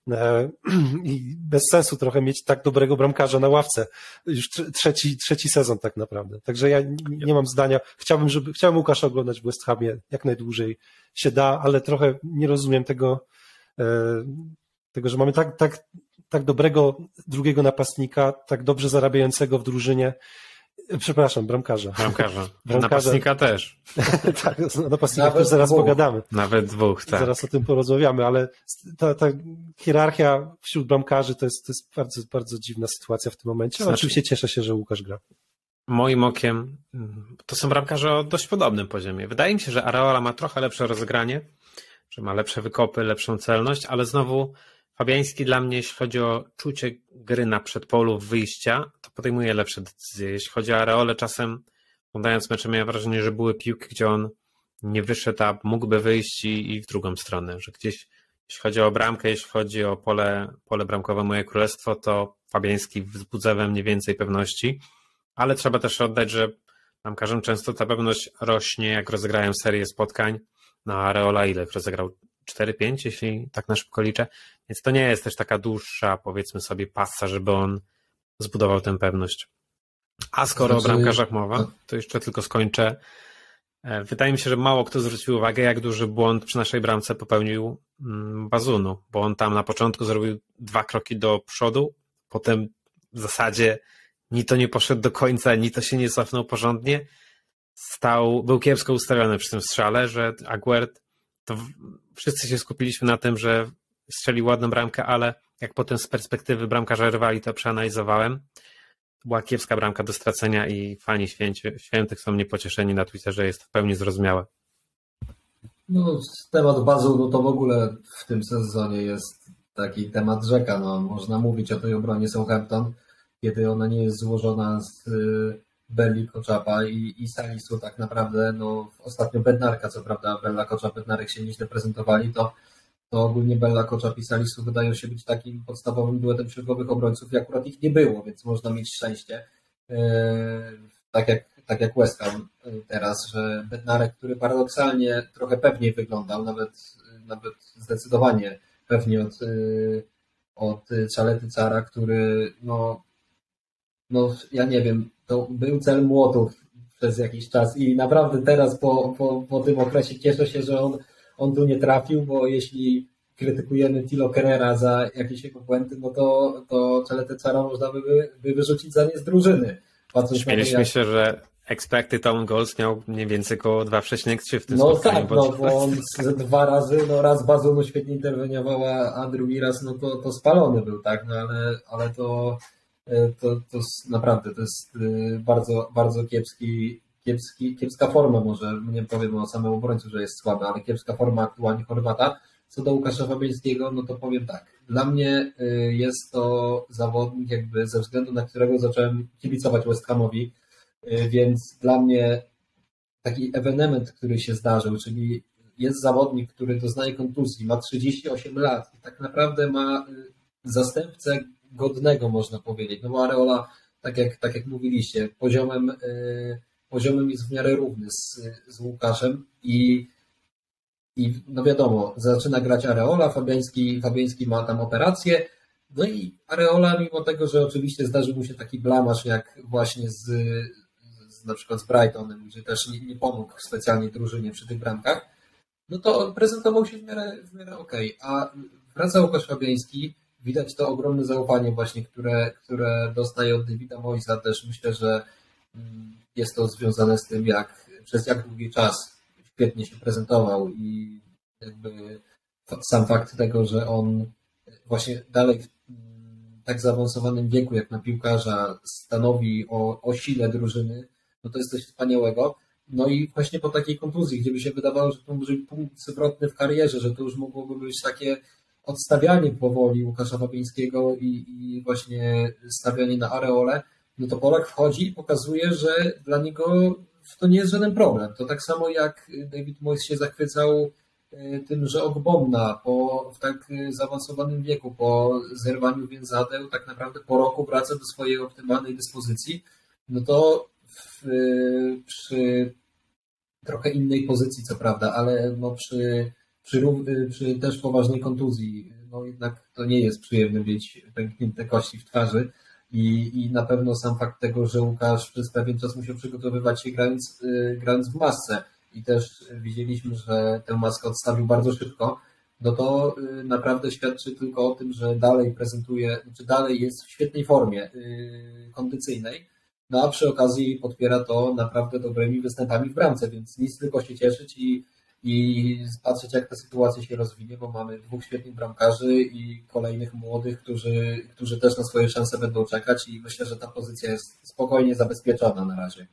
S1: i bez sensu trochę mieć tak dobrego bramkarza na ławce. Już trzeci, trzeci sezon tak naprawdę. Także ja nie, nie mam zdania. Chciałbym, żeby, chciałbym Łukasza oglądać w West Hamie jak najdłużej się da, ale trochę nie rozumiem tego, tego, że mamy tak, tak tak dobrego drugiego napastnika, tak dobrze zarabiającego w drużynie, przepraszam, bramkarza.
S3: Bramkarza.
S1: bramkarza.
S3: Napastnika też.
S1: Tak, napastnika też zaraz dwóch. pogadamy.
S3: Nawet dwóch, tak.
S1: Zaraz o tym porozmawiamy, ale ta, ta hierarchia wśród bramkarzy to jest, to jest bardzo, bardzo dziwna sytuacja w tym momencie. Znaczy, oczywiście cieszę się, że Łukasz gra.
S3: Moim okiem to są bramkarze o dość podobnym poziomie. Wydaje mi się, że Areola ma trochę lepsze rozegranie, że ma lepsze wykopy, lepszą celność, ale znowu Fabiański dla mnie, jeśli chodzi o czucie gry na przedpolu wyjścia, to podejmuje lepsze decyzje. Jeśli chodzi o Areolę, czasem oglądając mecze miałem wrażenie, że były piłki, gdzie on nie wyszedł, a mógłby wyjść i, i w drugą stronę, że gdzieś, jeśli chodzi o bramkę, jeśli chodzi o pole, pole bramkowe Moje Królestwo, to Fabiański wzbudza we mnie więcej pewności, ale trzeba też oddać, że bramkarzom często ta pewność rośnie, jak rozegrają serię spotkań. Na Areola ile rozegrał? cztery pięć, jeśli tak na szybko liczę. Więc to nie jest też taka dłuższa, powiedzmy sobie, pasa, żeby on zbudował tę pewność. A skoro znaczy... o bramkarzach mowa, to jeszcze tylko skończę. Wydaje mi się, że mało kto zwrócił uwagę, jak duży błąd przy naszej bramce popełnił Bazunu, bo on tam na początku zrobił dwa kroki do przodu, potem w zasadzie ni to nie poszedł do końca, ni to się nie cofnął porządnie. Stał, był kiepsko ustawiony przy tym strzale, że Aguerd, to wszyscy się skupiliśmy na tym, że strzelił ładną bramkę, ale jak potem z perspektywy bramkarza rywali to przeanalizowałem, była kiepska bramka do stracenia i fani święci, świętych są niepocieszeni na Twitterze, jest w pełni zrozumiałe.
S2: No, temat Bazunu to w ogóle w tym sezonie jest taki temat rzeka. No, można mówić o tej obronie Southampton, kiedy ona nie jest złożona z Belli, Koczapa i, i Salisu tak naprawdę, no ostatnio Bednarka, co prawda Bella, Koczap, Bednarek się nieźle prezentowali, to, to ogólnie Bella, Koczap i Salisu wydają się być takim podstawowym duetem środkowych obrońców i akurat ich nie było, więc można mieć szczęście. Yy, tak jak, tak jak West Ham teraz, że Bednarek, który paradoksalnie trochę pewniej wyglądał, nawet, nawet zdecydowanie pewniej od, yy, od Czalety Cara, który no, no ja nie wiem, to był cel młotów przez jakiś czas i naprawdę teraz po, po, po tym okresie cieszę się, że on, on tu nie trafił, bo jeśli krytykujemy Tilo Kernera za jakieś jego błędy, no to, to Czaletę Cara można by, by wyrzucić za nie z drużyny.
S3: Śmieliśmy się, że expected own goals miał mniej więcej około dwa przecinek trzy w tym
S2: no
S3: spotkaniu.
S2: Tak, no bo on dwa razy, no raz Bazunu świetnie interweniowała, a drugi raz no to, to spalony był, tak, no ale, ale to, to, to naprawdę to jest bardzo, bardzo kiepski, kiepski, kiepska forma może, nie powiem o samym obrońcu, że jest słaby, ale kiepska forma aktualnie Chorwata. Co do Łukasza Fabiańskiego, no to powiem tak, dla mnie jest to zawodnik jakby ze względu na którego zacząłem kibicować West Hamowi, więc dla mnie taki ewenement, który się zdarzył, czyli jest zawodnik, który doznaje kontuzji, ma trzydzieści osiem lat i tak naprawdę ma zastępcę godnego, można powiedzieć, no bo Areola, tak jak, tak jak mówiliście, poziomem, poziomem jest w miarę równy z, z Łukaszem i, i no wiadomo, zaczyna grać Areola, Fabiański, Fabiański ma tam operację, no i Areola, mimo tego, że oczywiście zdarzył mu się taki blamaż jak właśnie z na przykład z Brightonem, gdzie też nie, nie pomógł specjalnie drużynie przy tych bramkach, no to prezentował się w miarę, w miarę okej. A wraca Łukasz Fabiański, widać to ogromne zaufanie właśnie, które, które dostaje od Davida Moyesa też. Myślę, że jest to związane z tym, jak przez jak długi czas świetnie się prezentował i jakby sam fakt tego, że on właśnie dalej w tak zaawansowanym wieku, jak na piłkarza, stanowi o, o sile drużyny, no to jest coś wspaniałego. No i właśnie po takiej kontuzji, gdzie by się wydawało, że to może być punkt zwrotny w karierze, że to już mogłoby być takie odstawianie powoli Łukasza Fabiańskiego i, i właśnie stawianie na Areolę, no to Polak wchodzi i pokazuje, że dla niego to nie jest żaden problem. To tak samo jak David Moyes się zachwycał tym, że Ogbonna po, w tak zaawansowanym wieku, po zerwaniu więzadeł, tak naprawdę po roku wraca do swojej optymalnej dyspozycji, no to w, przy trochę innej pozycji, co prawda, ale no przy, przy, przy też poważnej kontuzji, no jednak to nie jest przyjemne mieć pęknięte kości w twarzy i, i na pewno sam fakt tego, że Łukasz przez pewien czas musiał przygotowywać się grając, grając w masce i też widzieliśmy, że tę maskę odstawił bardzo szybko, no to naprawdę świadczy tylko o tym, że dalej prezentuje, czy dalej jest w świetnej formie kondycyjnej, no a przy okazji podpiera to naprawdę dobrymi występami w bramce, więc nic tylko się cieszyć i, i patrzeć, jak ta sytuacja się rozwinie, bo mamy dwóch świetnych bramkarzy i kolejnych młodych, którzy, którzy też na swoje szanse będą czekać i myślę, że ta pozycja jest spokojnie zabezpieczona na razie.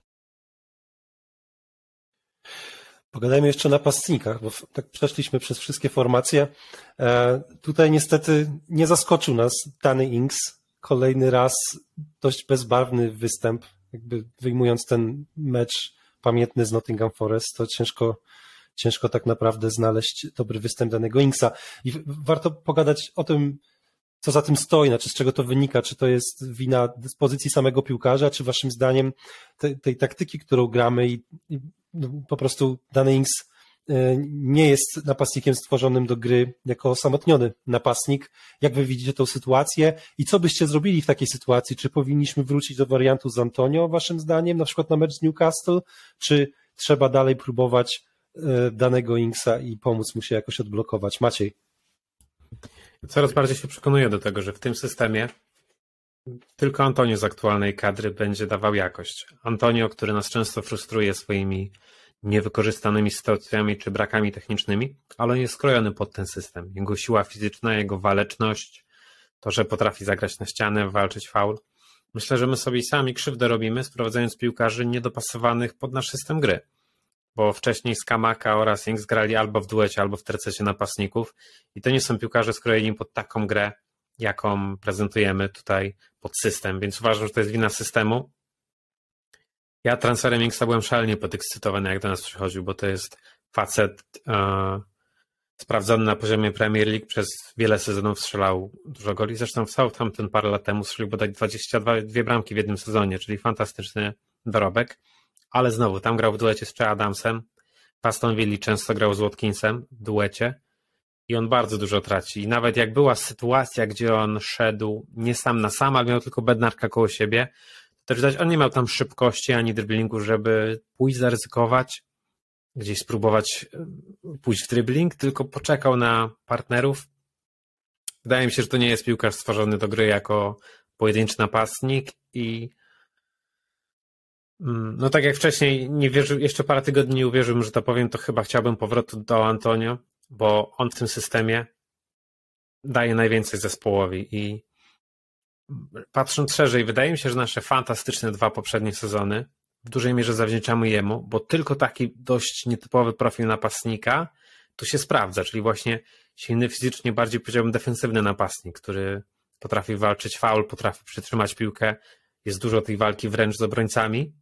S1: Pogadajmy jeszcze o napastnikach, bo tak przeszliśmy przez wszystkie formacje. Tutaj niestety nie zaskoczył nas Danny Ings. Kolejny raz dość bezbarwny występ, jakby wyjmując ten mecz pamiętny z Nottingham Forest, to ciężko, ciężko tak naprawdę znaleźć dobry występ danego Ingsa. I warto pogadać o tym, co za tym stoi, znaczy z czego to wynika, czy to jest wina dyspozycji samego piłkarza, czy waszym zdaniem tej, tej taktyki, którą gramy i, i no, po prostu Danny Ings nie jest napastnikiem stworzonym do gry jako osamotniony napastnik. Jak wy widzicie tą sytuację i co byście zrobili w takiej sytuacji? Czy powinniśmy wrócić do wariantu z Antonio, waszym zdaniem, na przykład na mecz z Newcastle, czy trzeba dalej próbować danego Ingsa i pomóc mu się jakoś odblokować? Maciej.
S3: Coraz bardziej się przekonuję do tego, że w tym systemie tylko Antonio z aktualnej kadry będzie dawał jakość. Antonio, który nas często frustruje swoimi niewykorzystanymi sytuacjami czy brakami technicznymi, ale on jest skrojony pod ten system. Jego siła fizyczna, jego waleczność, to, że potrafi zagrać na ścianę, walczyć faul. Myślę, że my sobie sami krzywdę robimy, sprowadzając piłkarzy niedopasowanych pod nasz system gry. Bo wcześniej Skamaka oraz Ings grali albo w duecie, albo w tercecie napastników i to nie są piłkarze skrojeni pod taką grę, jaką prezentujemy tutaj pod system, więc uważam, że to jest wina systemu. Ja transferem Ingsa byłem szalenie podekscytowany, jak do nas przychodził, bo to jest facet e, sprawdzony na poziomie Premier League, przez wiele sezonów strzelał dużo goli, zresztą w Southampton parę lat temu strzelił bodaj dwadzieścia dwie bramki w jednym sezonie, czyli fantastyczny dorobek, ale znowu tam grał w duecie z Che Adamsem, w Aston Villa często grał z Watkinsem w duecie i on bardzo dużo traci. I nawet jak była sytuacja, gdzie on szedł nie sam na sam, ale miał tylko Bednarka koło siebie, to widać, on nie miał tam szybkości ani driblingu, żeby pójść, zaryzykować, gdzieś spróbować pójść w dribbling, tylko poczekał na partnerów. Wydaje mi się, że to nie jest piłkarz stworzony do gry jako pojedynczy napastnik i no tak jak wcześniej nie wierzył, jeszcze parę tygodni nie uwierzyłem, że to powiem, to chyba chciałbym powrotu do Antonio, bo on w tym systemie daje najwięcej zespołowi i patrząc szerzej, wydaje mi się, że nasze fantastyczne dwa poprzednie sezony w dużej mierze zawdzięczamy jemu, bo tylko taki dość nietypowy profil napastnika tu się sprawdza, czyli właśnie silny fizycznie, bardziej powiedziałbym defensywny napastnik, który potrafi walczyć faul, potrafi przytrzymać piłkę, jest dużo tej walki wręcz z obrońcami.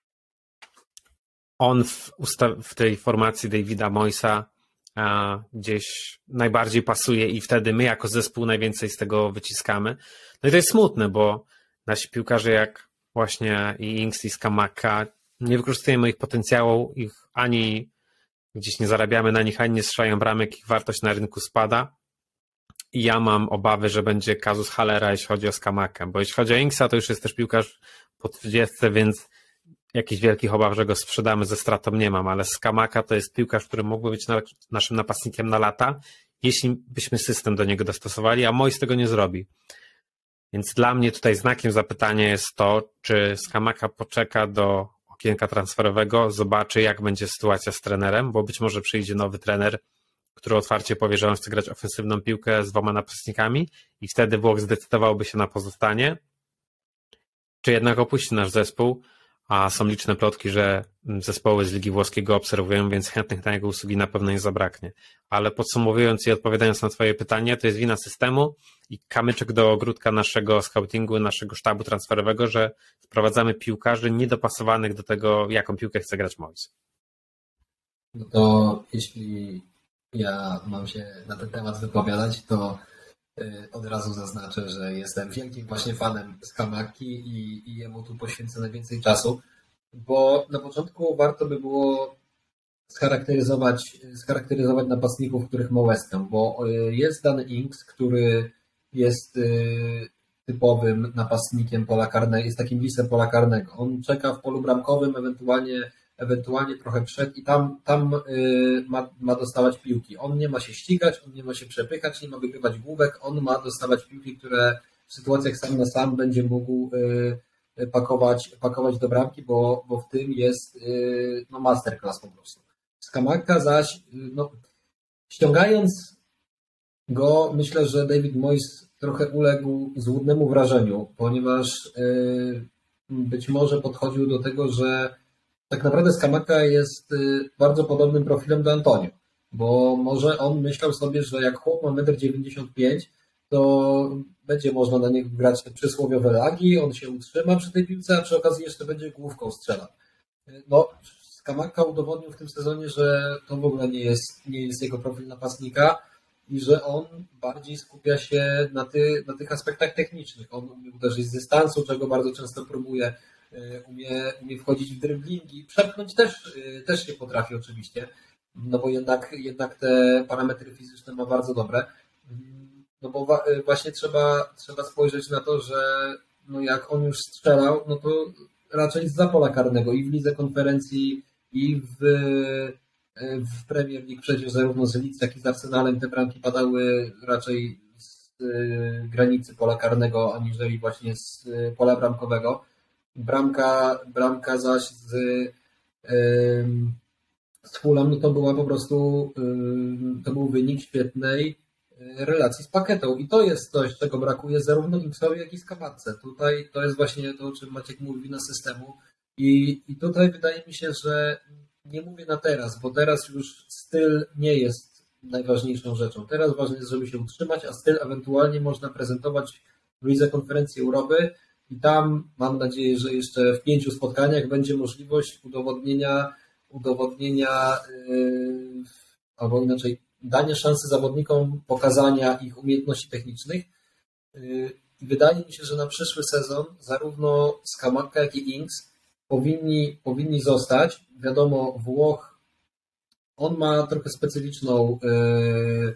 S3: On w, usta- w tej formacji Davida Moyesa a, gdzieś najbardziej pasuje i wtedy my jako zespół najwięcej z tego wyciskamy. No i to jest smutne, bo nasi piłkarze jak właśnie i Ings i Skamaka nie wykorzystujemy ich potencjału, ich ani gdzieś nie zarabiamy na nich, ani nie strzelają bramek, ich wartość na rynku spada. I ja mam obawy, że będzie kazus Hallera, jeśli chodzi o Skamakę, bo jeśli chodzi o Inksa, to już jest też piłkarz po trzydziestce, więc jakichś wielkich obaw, że go sprzedamy ze stratą nie mam, ale Skamaka to jest piłkarz, który mógłby być na, naszym napastnikiem na lata, jeśli byśmy system do niego dostosowali, a Moyes tego nie zrobi. Więc dla mnie tutaj znakiem zapytania jest to, czy Skamaka poczeka do okienka transferowego, zobaczy jak będzie sytuacja z trenerem, bo być może przyjdzie nowy trener, który otwarcie powie, że on chce grać ofensywną piłkę z dwoma napastnikami i wtedy Włoch zdecydowałby się na pozostanie, czy jednak opuści nasz zespół, a są liczne plotki, że zespoły z Ligi Włoskiej go obserwują, więc chętnych na jego usługi na pewno nie zabraknie. Ale podsumowując i odpowiadając na twoje pytanie, to jest wina systemu i kamyczek do ogródka naszego scoutingu, naszego sztabu transferowego, że wprowadzamy piłkarzy niedopasowanych do tego, jaką piłkę chce grać Moyes.
S2: No to jeśli ja mam się na ten temat wypowiadać, to od razu zaznaczę, że jestem wielkim właśnie fanem Skamaki i, i jemu tu poświęcę najwięcej czasu, bo na początku warto by było scharakteryzować, scharakteryzować napastników, których ma West Ham, bo jest dany Ings, który jest typowym napastnikiem pola karnego, jest takim lisem pola karnego. On czeka w polu bramkowym, ewentualnie ewentualnie trochę przed i tam, tam yy, ma, ma dostawać piłki. On nie ma się ścigać, on nie ma się przepychać, nie ma wygrywać główek, on ma dostawać piłki, które w sytuacjach sam na sam będzie mógł yy, pakować, pakować do bramki, bo, bo w tym jest yy, no masterclass po prostu. Skamaka zaś, yy, no, ściągając go, myślę, że David Moyes trochę uległ złudnemu wrażeniu, ponieważ yy, być może podchodził do tego, że tak naprawdę Skamaka jest bardzo podobnym profilem do Antonio, bo może on myślał sobie, że jak chłop ma metr dziewięćdziesiąt pięć, to będzie można na niego grać te przysłowiowe lagi, on się utrzyma przy tej piłce, a przy okazji jeszcze będzie główką strzelał. No, Skamaka udowodnił w tym sezonie, że to w ogóle nie jest, nie jest jego profil napastnika i że on bardziej skupia się na, ty, na tych aspektach technicznych. On umie uderzyć z dystansu, czego bardzo często próbuje. Umie, umie wchodzić w driblingi, przepchnąć też, też się potrafi oczywiście, no bo jednak, jednak te parametry fizyczne ma bardzo dobre. No bo wa, właśnie trzeba, trzeba spojrzeć na to, że no jak on już strzelał, no to raczej zza pola karnego i w Lidze Konferencji i w, w Premier League przecież zarówno z Leeds, jak i z Arsenalem te bramki padały raczej z granicy pola karnego, aniżeli właśnie z pola bramkowego. Bramka, bramka zaś z, z Fulham, no to była po prostu, to był wynik świetnej relacji z Paketą i to jest coś, czego brakuje zarówno Inksowi, jak i Skamatce. Tutaj to jest właśnie to, o czym Maciek mówi, wina systemu i, i tutaj wydaje mi się, że nie mówię na teraz, bo teraz już styl nie jest najważniejszą rzeczą. Teraz ważne jest, żeby się utrzymać, a styl ewentualnie można prezentować w Lidze Konferencji Europy. I tam mam nadzieję, że jeszcze w pięciu spotkaniach będzie możliwość udowodnienia, udowodnienia yy, albo inaczej dania szansy zawodnikom pokazania ich umiejętności technicznych. Yy, wydaje mi się, że na przyszły sezon zarówno Skamaka, jak i Ings powinni, powinni zostać. Wiadomo, Włoch, on ma trochę specyficzną, yy,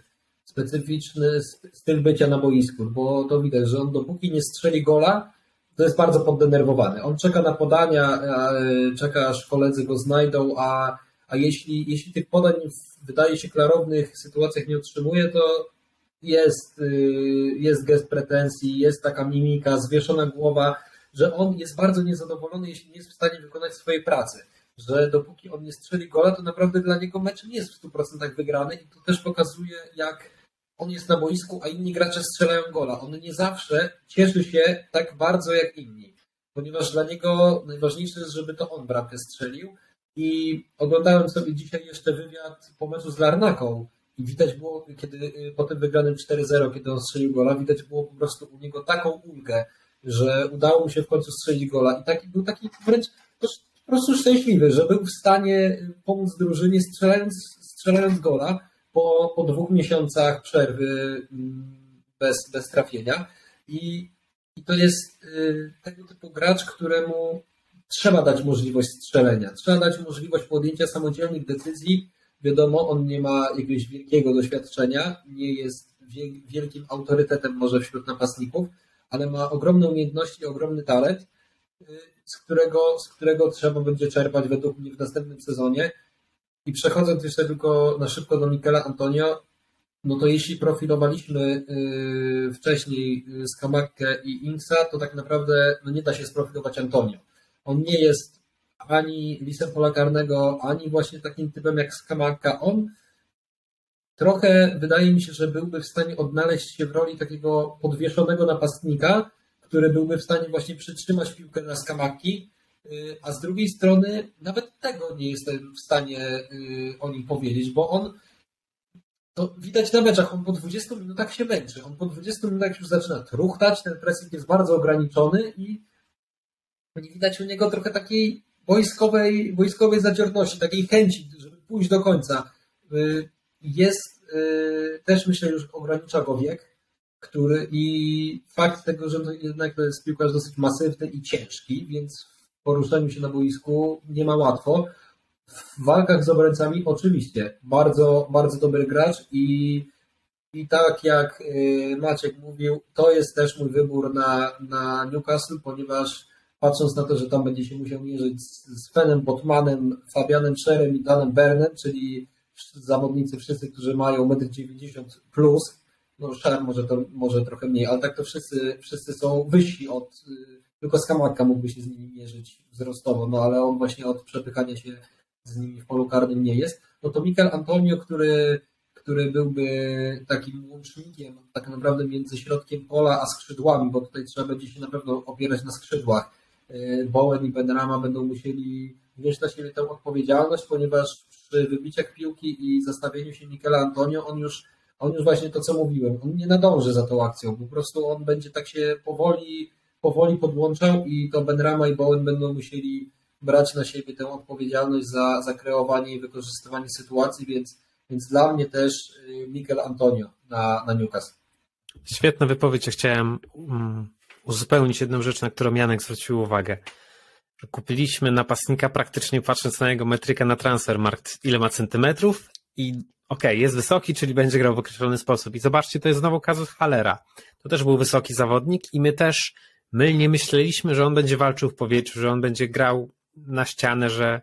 S2: specyficzny styl bycia na boisku, bo to widać, że on dopóki nie strzeli gola, to jest bardzo poddenerwowany. On czeka na podania, czeka aż koledzy go znajdą, a, a jeśli, jeśli tych podań wydaje się klarownych sytuacjach nie otrzymuje, to jest, jest gest pretensji, jest taka mimika, zwieszona głowa, że on jest bardzo niezadowolony, jeśli nie jest w stanie wykonać swojej pracy. Że dopóki on nie strzeli gola, to naprawdę dla niego mecz nie jest w stu procentach wygrany i to też pokazuje, jak on jest na boisku, a inni gracze strzelają gola. On nie zawsze cieszy się tak bardzo jak inni, ponieważ dla niego najważniejsze jest, żeby to on bramkę strzelił. I oglądałem sobie dzisiaj jeszcze wywiad po meczu z Larnaką i widać było, kiedy po tym wygranym cztery zero, kiedy on strzelił gola, widać było po prostu u niego taką ulgę, że udało mu się w końcu strzelić gola i taki, był taki wręcz po prostu szczęśliwy, że był w stanie pomóc drużynie strzelając, strzelając gola po, po dwóch miesiącach przerwy bez, bez trafienia. I, i to jest y, tego typu gracz, któremu trzeba dać możliwość strzelenia, trzeba dać możliwość podjęcia samodzielnych decyzji. Wiadomo, on nie ma jakiegoś wielkiego doświadczenia, nie jest wie, wielkim autorytetem może wśród napastników, ale ma ogromne umiejętności, ogromny talent, z którego, z którego trzeba będzie czerpać według mnie w następnym sezonie. I przechodząc jeszcze tylko na szybko do Michela Antonio, no to jeśli profilowaliśmy yy, wcześniej Scamackę i Inksa, to tak naprawdę no nie da się sprofilować Antonio. On nie jest ani lisem pola karnego, ani właśnie takim typem jak Scamacka. On trochę, wydaje mi się, że byłby w stanie odnaleźć się w roli takiego podwieszonego napastnika, który byłby w stanie właśnie przytrzymać piłkę na Scamacki, a z drugiej strony nawet tego nie jestem w stanie o nim powiedzieć, bo on, to widać na meczach, on po dwudziestu minutach się męczy, on po dwudziestu minutach już zaczyna truchtać, ten pressing jest bardzo ograniczony i nie widać u niego trochę takiej wojskowej, wojskowej zadziorności, takiej chęci, żeby pójść do końca. Jest też, myślę, już ogranicza go wiek, który i fakt tego, że to jednak to jest piłkarz dosyć masywny i ciężki, więc w poruszaniu się na boisku nie ma łatwo. W walkach z obrońcami oczywiście bardzo, bardzo dobry gracz i, i tak jak Maciek mówił, to jest też mój wybór na, na Newcastle, ponieważ patrząc na to, że tam będzie się musiał mierzyć z, z Fenem Botmanem, Fabianem Scherem i Danem Bernem, czyli zawodnicy wszyscy, którzy mają metr dziewięćdziesiąt plus, no Scher może to może trochę mniej, ale tak to wszyscy, wszyscy są wyżsi od, tylko Scamacca mógłby się z nimi mierzyć wzrostowo, no ale on właśnie od przepychania się z nimi w polu karnym nie jest. No to Mikel Antonio, który, który byłby takim łącznikiem tak naprawdę między środkiem pola a skrzydłami, bo tutaj trzeba będzie się na pewno opierać na skrzydłach. Bowen i Benrahma będą musieli wziąć na siebie tę odpowiedzialność, ponieważ przy wybiciach piłki i zastawieniu się Mikela Antonio on już On już właśnie to, co mówiłem, on nie nadąży za tą akcją, po prostu on będzie tak się powoli, powoli podłączał i to Benrahma i Bowen będą musieli brać na siebie tę odpowiedzialność za, za kreowanie i wykorzystywanie sytuacji, więc, więc dla mnie też Mikel Antonio na, na Newcastle.
S3: Świetna wypowiedź. Ja chciałem um, uzupełnić jedną rzecz, na którą Janek zwrócił uwagę. Kupiliśmy napastnika praktycznie patrząc na jego metrykę na Transfermarkt, ile ma centymetrów i okej, okay, jest wysoki, czyli będzie grał w określony sposób. I zobaczcie, to jest znowu kazus Hallera. To też był wysoki zawodnik i my też mylnie myśleliśmy, że on będzie walczył w powietrzu, że on będzie grał na ścianę, że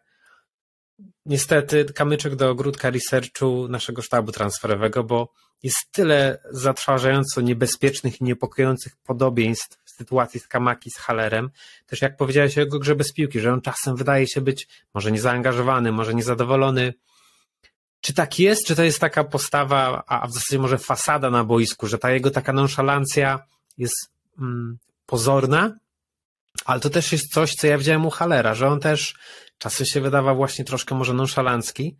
S3: niestety kamyczek do ogródka researchu naszego sztabu transferowego, bo jest tyle zatrważająco niebezpiecznych i niepokojących podobieństw w sytuacji z Scamacki z Hallerem. Też jak powiedziałeś o jego grze bez piłki, że on czasem wydaje się być może niezaangażowany, może niezadowolony. Czy tak jest, czy to jest taka postawa, a w zasadzie może fasada na boisku, że ta jego taka nonszalancja jest mm, pozorna, ale to też jest coś, co ja widziałem u Hallera, że on też czasem się wydawał właśnie troszkę może nonszalancki,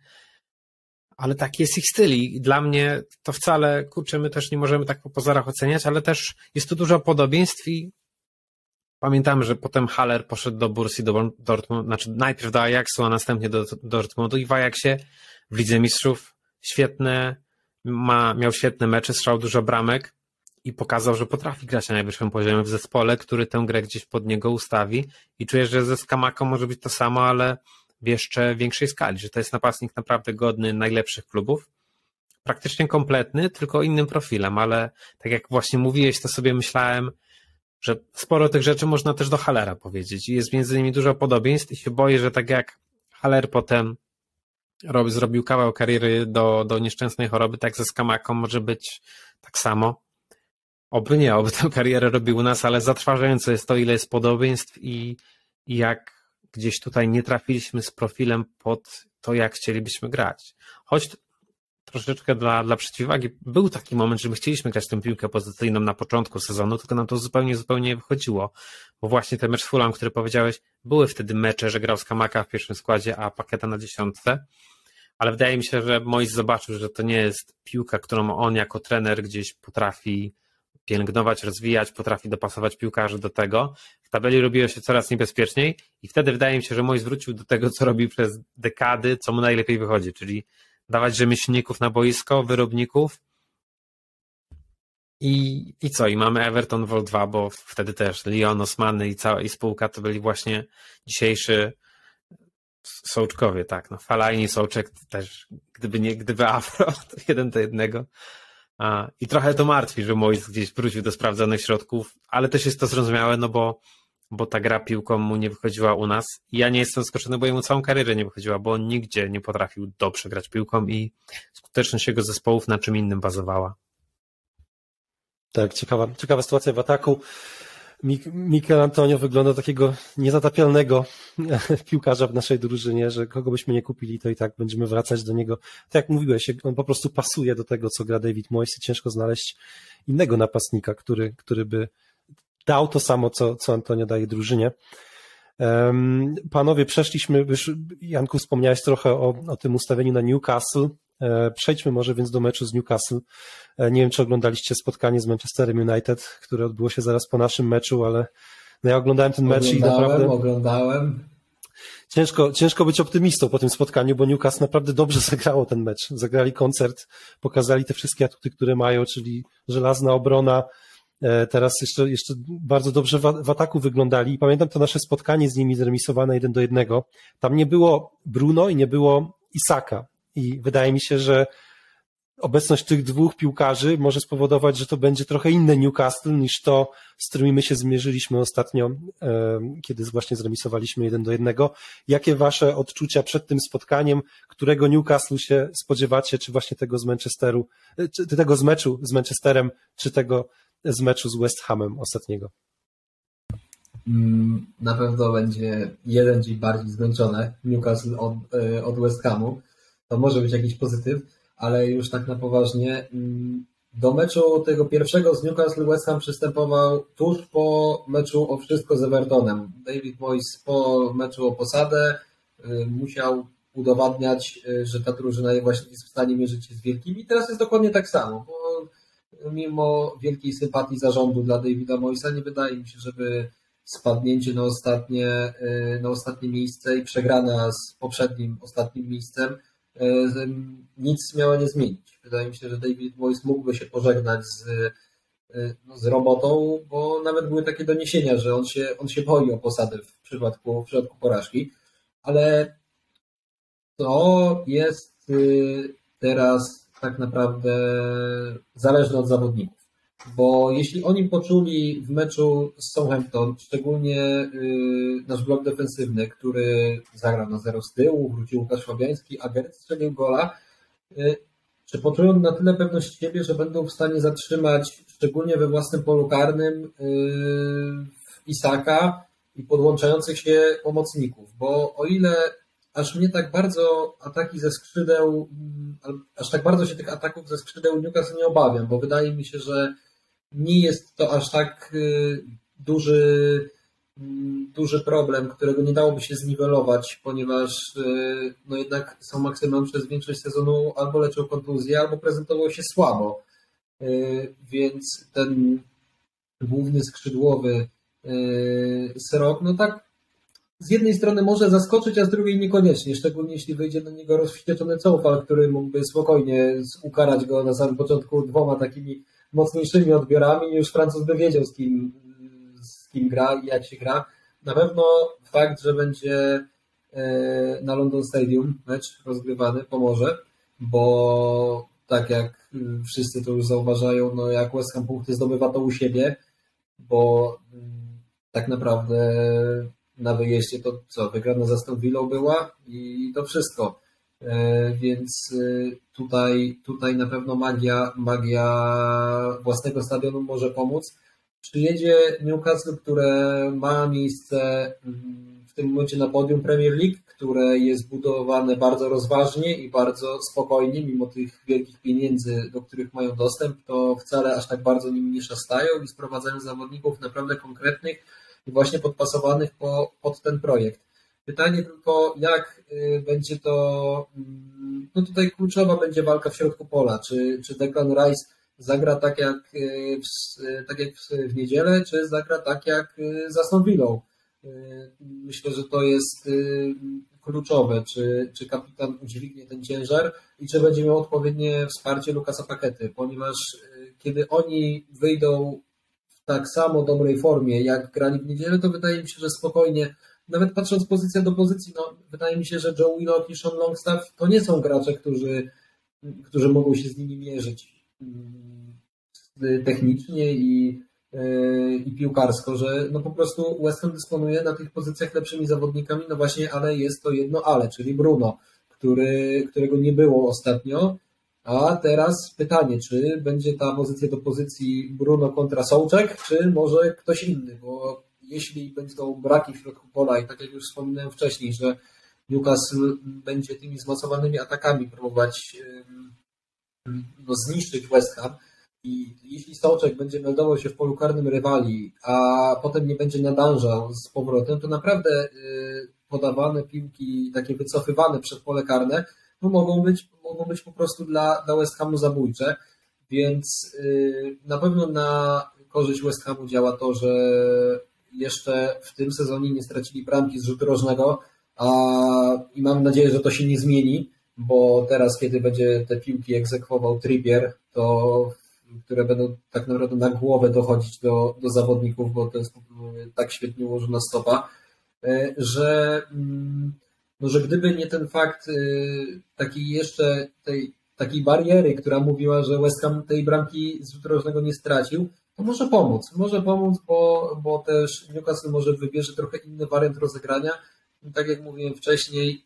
S3: ale taki jest ich styl i dla mnie to wcale, kurczę, my też nie możemy tak po pozorach oceniać, ale też jest tu dużo podobieństw i pamiętamy, że potem Haller poszedł do Borussii, do Dortmund, znaczy najpierw do Ajaxu, a następnie do Dortmundu i w Ajaxie w Lidze Mistrzów świetne, ma, miał świetne mecze, strzał dużo bramek i pokazał, że potrafi grać na najwyższym poziomie w zespole, który tę grę gdzieś pod niego ustawi i czuję, że ze Scamacką może być to samo, ale w jeszcze większej skali, że to jest napastnik naprawdę godny najlepszych klubów. praktycznie kompletny, tylko innym profilem, ale tak jak właśnie mówiłeś, to sobie myślałem, że sporo tych rzeczy można też do Hallera powiedzieć i jest między nimi dużo podobieństw i się boję, że tak jak Haller potem rob, zrobił kawał kariery do, do nieszczęsnej choroby, tak ze Skamaką może być tak samo. Oby nie, oby tę karierę robił u nas, ale zatrważające jest to, ile jest podobieństw i, i jak gdzieś tutaj nie trafiliśmy z profilem pod to, jak chcielibyśmy grać. Choć troszeczkę dla, dla przeciwwagi był taki moment, że my chcieliśmy grać tę piłkę pozycyjną na początku sezonu, tylko nam to zupełnie, zupełnie nie wychodziło. Bo właśnie ten mecz z Fulham, który powiedziałeś, były wtedy mecze, że grał Skamaka w pierwszym składzie, a Paketa na dziesiątce. Ale wydaje mi się, że Moyes zobaczył, że to nie jest piłka, którą on jako trener gdzieś potrafi pielęgnować, rozwijać, potrafi dopasować piłkarzy do tego. W tabeli robiło się coraz niebezpieczniej i wtedy wydaje mi się, że Moyes wrócił do tego, co robił przez dekady, co mu najlepiej wychodzi, czyli dawać rzemieślników na boisko, wyrobników i, i co? I mamy Everton Vol dwa, bo wtedy też Lyon, Osmany i cała i spółka to byli właśnie dzisiejszy Sołczkowie, tak. No, Fellaini, Sołczek też, gdyby nie, gdyby Afro, to jeden do jednego. A, i trochę to martwi, że Moyes gdzieś wrócił do sprawdzonych środków, ale też jest to zrozumiałe, no bo, bo ta gra piłką mu nie wychodziła u nas. I ja nie jestem zaskoczony, bo jemu całą karierę nie wychodziła, bo on nigdzie nie potrafił dobrze grać piłką i skuteczność jego zespołów na czym innym bazowała.
S1: Tak, ciekawa, ciekawa sytuacja w ataku. Mikel Antonio wygląda takiego niezatapialnego piłkarza w naszej drużynie, że kogo byśmy nie kupili, to i tak będziemy wracać do niego. Tak jak mówiłeś, on po prostu pasuje do tego, co gra David Moyes i ciężko znaleźć innego napastnika, który, który by dał to samo, co, co Antonio daje drużynie. Um, panowie, przeszliśmy, już Janku wspomniałeś trochę o, o tym ustawieniu na Newcastle. Przejdźmy może więc do meczu z Newcastle. Nie wiem, czy oglądaliście spotkanie z Manchesterem United, które odbyło się zaraz po naszym meczu, ale no ja oglądałem ten mecz i naprawdę...
S2: Oglądałem,
S1: Ciężko, ciężko być optymistą po tym spotkaniu, bo Newcastle naprawdę dobrze zagrało ten mecz. Zagrali koncert, pokazali te wszystkie atuty, które mają, czyli żelazna obrona. Teraz jeszcze, jeszcze bardzo dobrze w, w ataku wyglądali i pamiętam to nasze spotkanie z nimi zremisowane jeden do jednego. Tam nie było Bruno i nie było Isaka. I wydaje mi się, że obecność tych dwóch piłkarzy może spowodować, że to będzie trochę inne Newcastle niż to, z którymi my się zmierzyliśmy ostatnio, kiedy właśnie zremisowaliśmy jeden do jednego. Jakie wasze odczucia przed tym spotkaniem? Którego Newcastle się spodziewacie? Czy właśnie tego z Manchesteru, czy tego z meczu z Manchesterem, czy tego z meczu z West Hamem ostatniego?
S2: Na pewno będzie jeden dzień bardziej zmęczony Newcastle od, od West Hamu. To może być jakiś pozytyw, ale już tak na poważnie. Do meczu tego pierwszego z Newcastle West Ham przystępował tuż po meczu o wszystko z Evertonem. David Moyes po meczu o posadę musiał udowadniać, że ta drużyna właśnie jest w stanie mierzyć się z wielkimi. I teraz jest dokładnie tak samo, bo mimo wielkiej sympatii zarządu dla Davida Moyesa nie wydaje mi się, żeby spadnięcie na ostatnie, na ostatnie miejsce i przegrana z poprzednim ostatnim miejscem nic miała nie zmienić. Wydaje mi się, że David Moyes mógłby się pożegnać z, no, z robotą, bo nawet były takie doniesienia, że on się, on się boi o posadę w przypadku, w przypadku porażki, ale to jest teraz tak naprawdę zależne od zawodników. Bo jeśli oni poczuli w meczu z Southampton, szczególnie nasz blok defensywny, który zagrał na zero z tyłu, wrócił Łukasz Fabiański, a Gerrit strzelił gola, czy poczują na tyle pewność siebie, że będą w stanie zatrzymać, szczególnie we własnym polu karnym, Isaka i podłączających się pomocników? Bo o ile aż mnie tak bardzo ataki ze skrzydeł, aż tak bardzo się tych ataków ze skrzydeł Newcastle nie obawiam, bo wydaje mi się, że nie jest to aż tak duży, duży problem, którego nie dałoby się zniwelować, ponieważ no jednak Saint Maximin przez większość sezonu albo leczył kontuzję, albo prezentował się słabo. Więc ten główny skrzydłowy Srok, no tak z jednej strony może zaskoczyć, a z drugiej niekoniecznie, szczególnie jeśli wyjdzie na niego rozwścieczony Coufal, który mógłby spokojnie ukarać go na samym początku dwoma takimi mocniejszymi odbiorami i już Francuz by wiedział, z kim, z kim gra i jak się gra. Na pewno fakt, że będzie na London Stadium mecz rozgrywany pomoże, bo tak jak wszyscy to już zauważają, no jak West Ham punkty zdobywa to u siebie, bo tak naprawdę na wyjeździe to co, wygrana z Aston Villą była i to wszystko. Więc tutaj, tutaj na pewno magia, magia własnego stadionu może pomóc. Przyjedzie Newcastle, które ma miejsce w tym momencie na podium Premier League, które jest budowane bardzo rozważnie i bardzo spokojnie, mimo tych wielkich pieniędzy, do których mają dostęp, to wcale aż tak bardzo nimi nie szastają i sprowadzają zawodników naprawdę konkretnych i właśnie podpasowanych po, pod ten projekt. Pytanie tylko, jak będzie to, no tutaj kluczowa będzie walka w środku pola, czy, czy Declan Rice zagra tak jak, w, tak jak w niedzielę, czy zagra tak jak z Aston Villą. Myślę, że to jest kluczowe, czy, czy kapitan udźwignie ten ciężar i czy będzie miał odpowiednie wsparcie Lucasa Paquety, ponieważ kiedy oni wyjdą w tak samo dobrej formie, jak grali w niedzielę, to wydaje mi się, że spokojnie, nawet patrząc pozycja do pozycji, no, wydaje mi się, że Joe Willock i Sean Longstaff to nie są gracze, którzy, którzy mogą się z nimi mierzyć technicznie i, i piłkarsko, że no po prostu West Ham dysponuje na tych pozycjach lepszymi zawodnikami, no właśnie, ale jest to jedno ale, czyli Bruno, który, którego nie było ostatnio, a teraz pytanie, czy będzie ta pozycja do pozycji Bruno kontra Souček, czy może ktoś inny, bo jeśli będą braki w środku pola i tak jak już wspominałem wcześniej, że Newcastle będzie tymi zmocowanymi atakami próbować no, zniszczyć West Ham i jeśli Souček będzie meldował się w polu karnym rywali, a potem nie będzie nadążał z powrotem, to naprawdę podawane piłki, takie wycofywane przed pole karne, no mogą być, mogą być po prostu dla, dla West Hamu zabójcze, więc na pewno na korzyść West Hamu działa to, że jeszcze w tym sezonie nie stracili bramki z rzutu rożnego, a i mam nadzieję, że to się nie zmieni, bo teraz, kiedy będzie te piłki egzekwował Trippier, to które będą tak naprawdę na głowę dochodzić do, do zawodników, bo to jest tak świetnie ułożona stopa, że, no, że gdyby nie ten fakt takiej jeszcze tej takiej bariery, która mówiła, że West Ham tej bramki z rzutu rożnego nie stracił, to może pomóc. Może pomóc, bo, bo też Newcastle może wybierze trochę inny wariant rozegrania. I tak jak mówiłem wcześniej,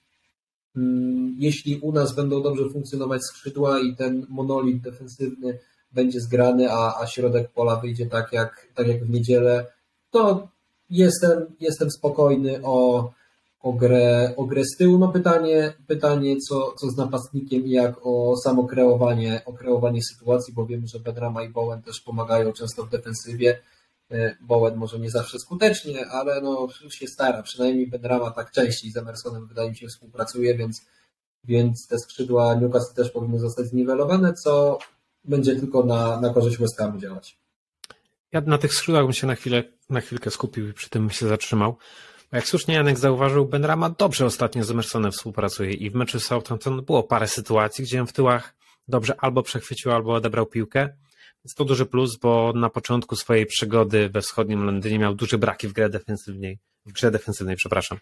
S2: jeśli u nas będą dobrze funkcjonować skrzydła i ten monolit defensywny będzie zgrany, a, a środek pola wyjdzie tak jak, tak jak w niedzielę, to jestem, jestem spokojny o, o, grę, o grę z tyłu. No pytanie, pytanie co, co z napastnikiem i jak o samo kreowanie, o kreowanie sytuacji, bo wiem, że Benrahma i Bowen też pomagają często w defensywie. Bowen może nie zawsze skutecznie, ale no się stara, przynajmniej Benrahma tak częściej z Emersonem wydaje mi się współpracuje, więc, więc te skrzydła Newcastle też powinny zostać zniwelowane, co będzie tylko na, na korzyść West Hamu działać.
S3: Ja na tych skrzydłach bym się na chwilę, na chwilkę skupił i przy tym bym się zatrzymał. Bo jak słusznie Janek zauważył, Benrahma dobrze ostatnio z Emersonem współpracuje i w meczu z Southampton było parę sytuacji, gdzie on w tyłach dobrze albo przechwycił, albo odebrał piłkę. Jest to duży plus, bo na początku swojej przygody we wschodnim Londynie miał duże braki w grze defensywnej, w grze defensywnej, przepraszam.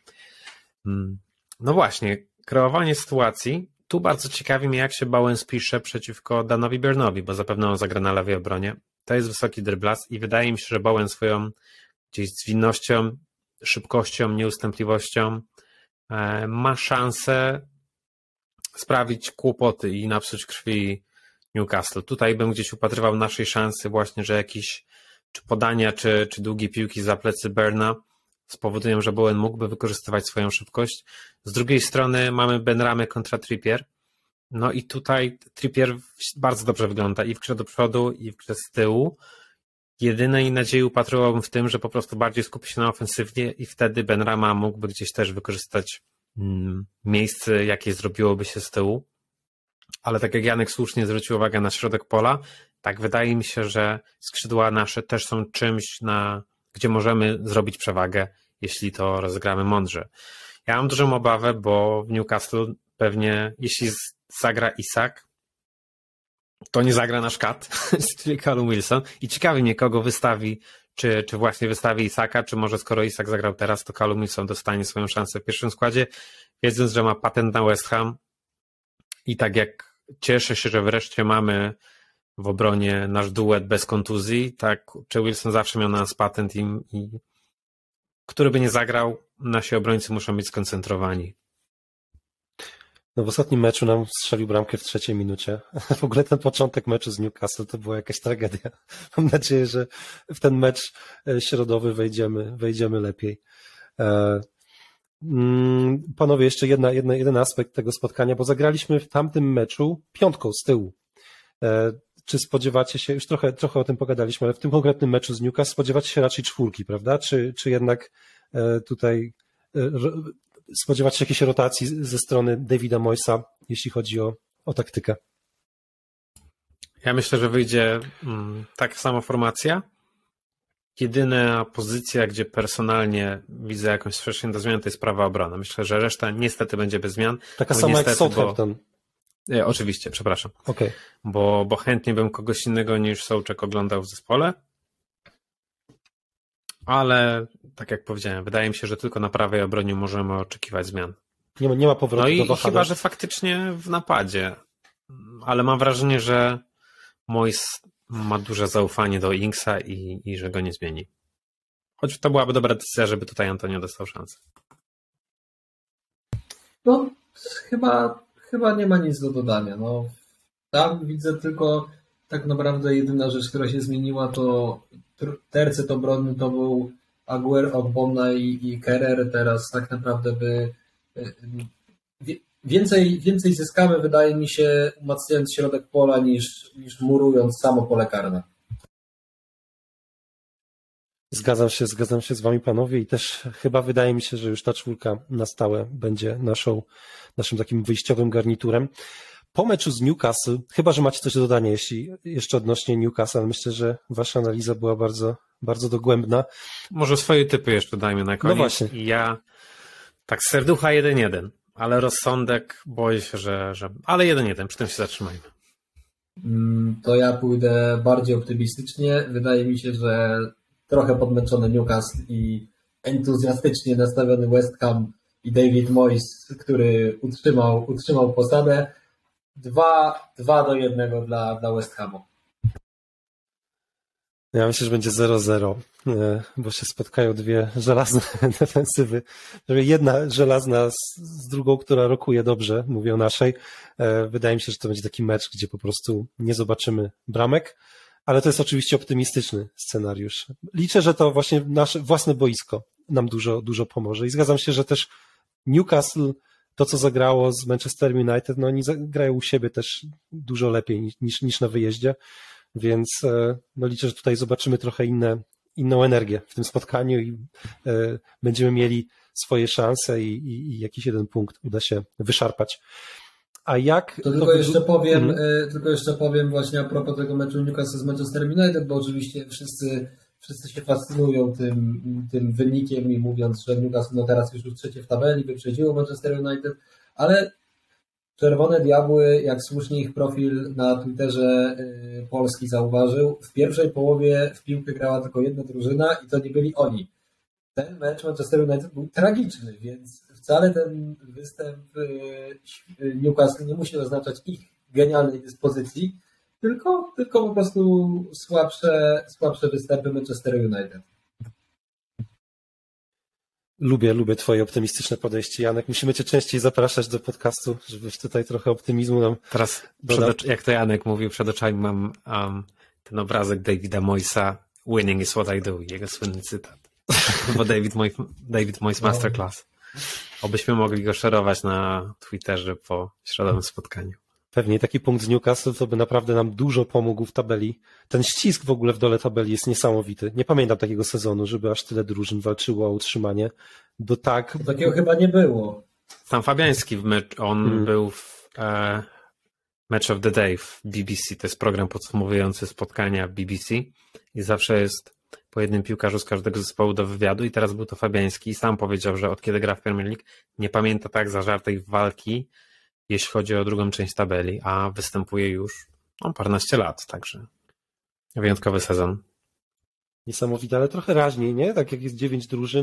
S3: No właśnie, kreowanie sytuacji. Tu bardzo ciekawi mnie, jak się Bowen spisze przeciwko Danowi Byrne'owi, bo zapewne on zagra na lewej obronie. To jest wysoki dryblas i wydaje mi się, że Bowen swoją gdzieś zwinnością, szybkością, nieustępliwością ma szansę sprawić kłopoty i napsuć krwi Newcastle. Tutaj bym gdzieś upatrywał naszej szansy właśnie, że jakieś czy podania, czy, czy długie piłki za plecy Byrne'a spowodują, że Bowen mógłby wykorzystywać swoją szybkość. Z drugiej strony mamy Benrahmę kontra Trippier. No i tutaj Trippier bardzo dobrze wygląda i w grze do przodu, i w grze z tyłu. Jedynej nadziei upatrywałbym w tym, że po prostu bardziej skupi się na ofensywnie i wtedy Benrahma mógłby gdzieś też wykorzystać mm, miejsce, jakie zrobiłoby się z tyłu. Ale tak jak Janek słusznie zwrócił uwagę na środek pola, tak wydaje mi się, że skrzydła nasze też są czymś, na, gdzie możemy zrobić przewagę, jeśli to rozegramy mądrze. Ja mam dużą obawę, bo w Newcastle pewnie, jeśli zagra Isak, to nie zagra nasz kat, czyli Callum Wilson. I ciekawi mnie, kogo wystawi, czy, czy właśnie wystawi Isaka, czy może skoro Isak zagrał teraz, to Callum Wilson dostanie swoją szansę w pierwszym składzie, wiedząc, że ma patent na West Ham i tak jak cieszę się, że wreszcie mamy w obronie nasz duet bez kontuzji. Tak, czy Wilson zawsze miał na nas patent i, i który by nie zagrał, nasi obrońcy muszą być skoncentrowani.
S1: No w ostatnim meczu nam strzelił bramkę w trzeciej minucie. W ogóle ten początek meczu z Newcastle to była jakaś tragedia. Mam nadzieję, że w ten mecz środowy wejdziemy, wejdziemy lepiej. Panowie, jeszcze jedna, jedna, jeden aspekt tego spotkania, bo zagraliśmy w tamtym meczu piątką z tyłu. Czy spodziewacie się, już trochę, trochę o tym pogadaliśmy, ale w tym konkretnym meczu z Newcastle spodziewacie się raczej czwórki, prawda? Czy, czy jednak tutaj spodziewacie się jakiejś rotacji ze strony Davida Moyesa, jeśli chodzi o, o taktykę?
S3: Ja myślę, że wyjdzie mm, taka sama formacja. Jedyna pozycja, gdzie personalnie widzę jakąś przestrzeń do zmian, to jest prawa obrona. Myślę, że reszta niestety będzie bez zmian.
S1: Taka sama niestety, jak Southampton.
S3: Bo... E, oczywiście, przepraszam.
S1: Okay.
S3: Bo, bo chętnie bym kogoś innego niż Souček oglądał w zespole. Ale tak jak powiedziałem, wydaje mi się, że tylko na prawej obronie możemy oczekiwać zmian.
S1: Nie ma, nie ma powrotu
S3: no i
S1: do Wahada.
S3: Chyba, że faktycznie w napadzie. Ale mam wrażenie, że Moyes ma duże zaufanie do Inksa i, i że go nie zmieni. Choć to byłaby dobra decyzja, żeby tutaj Antonio dostał szansę.
S2: No, chyba, chyba nie ma nic do dodania. No, tam widzę tylko tak naprawdę jedyna rzecz, która się zmieniła, to tercet obronny to był Aguero, Ogbonna i, i Kerrer. Teraz tak naprawdę by więcej, więcej zyskamy, wydaje mi się, umacniając środek pola niż, niż murując samo pole karne.
S1: Zgadzam się, zgadzam się z wami, panowie, i też chyba wydaje mi się, że już ta czwórka na stałe będzie naszą, naszym takim wyjściowym garniturem. Po meczu z Newcastle, chyba że macie coś do dodania, jeśli jeszcze odnośnie Newcastle, myślę, że wasza analiza była bardzo, bardzo dogłębna.
S3: Może swoje typy jeszcze dajmy na koniec.
S1: No właśnie.
S3: Ja tak serducha jeden jeden, ale rozsądek boję się, że... że... Ale jeden jeden, przy tym się zatrzymajmy.
S2: To ja pójdę bardziej optymistycznie. Wydaje mi się, że trochę podmęczony Newcastle i entuzjastycznie nastawiony West Ham i David Moyes, który utrzymał, utrzymał posadę. Dwa, dwa do jednego dla, dla West Hamu.
S1: Ja myślę, że będzie zero zero, bo się spotkają dwie żelazne defensywy. Jedna żelazna z, z drugą, która rokuje dobrze, mówię o naszej. Wydaje mi się, że to będzie taki mecz, gdzie po prostu nie zobaczymy bramek, ale to jest oczywiście optymistyczny scenariusz. Liczę, że to właśnie nasze własne boisko nam dużo, dużo pomoże i zgadzam się, że też Newcastle, to co zagrało z Manchester United, no oni grają u siebie też dużo lepiej niż, niż na wyjeździe. Więc no, liczę, że tutaj zobaczymy trochę inne, inną energię w tym spotkaniu i e, będziemy mieli swoje szanse i, i, i jakiś jeden punkt uda się wyszarpać. A jak...
S2: To tylko, to... jeszcze powiem, hmm. tylko jeszcze powiem właśnie a propos tego meczu Newcastle z Manchester United, bo oczywiście wszyscy, wszyscy się fascynują tym, tym wynikiem i mówiąc, że Newcastle no teraz już trzecie w tabeli, wyprzedziło Manchester United, ale Czerwone Diabły, jak słusznie ich profil na Twitterze Polski zauważył, w pierwszej połowie w piłkę grała tylko jedna drużyna i to nie byli oni. Ten mecz Manchester United był tragiczny, więc wcale ten występ Newcastle nie musi oznaczać ich genialnej dyspozycji, tylko, tylko po prostu słabsze, słabsze występy Manchester United.
S1: Lubię, lubię twoje optymistyczne podejście, Janek. Musimy cię częściej zapraszać do podcastu, żebyś tutaj trochę optymizmu nam
S3: Teraz, przed, jak to Janek mówił, przed oczami mam um, ten obrazek Davida Moyesa, winning is what I do, jego słynny cytat. Bo David, Moy, David Moyes Masterclass. Obyśmy mogli go szerować na Twitterze po środowym spotkaniu.
S1: Pewnie taki punkt z Newcastle to by naprawdę nam dużo pomógł w tabeli. Ten ścisk w ogóle w dole tabeli jest niesamowity. Nie pamiętam takiego sezonu, żeby aż tyle drużyn walczyło o utrzymanie. Bo tak...
S2: To takiego chyba nie było.
S3: Sam Fabiański, w mecz, on hmm. był w e, Match of the Day w B B C. To jest program podsumowujący spotkania B B C i zawsze jest po jednym piłkarzu z każdego zespołu do wywiadu i teraz był to Fabiański i sam powiedział, że od kiedy gra w Premier League nie pamięta tak zażartej walki, jeśli chodzi o drugą część tabeli, a występuje już no, paręnaście lat, także wyjątkowy sezon.
S1: Niesamowite, ale trochę raźniej, nie? Tak jak jest dziewięć drużyn,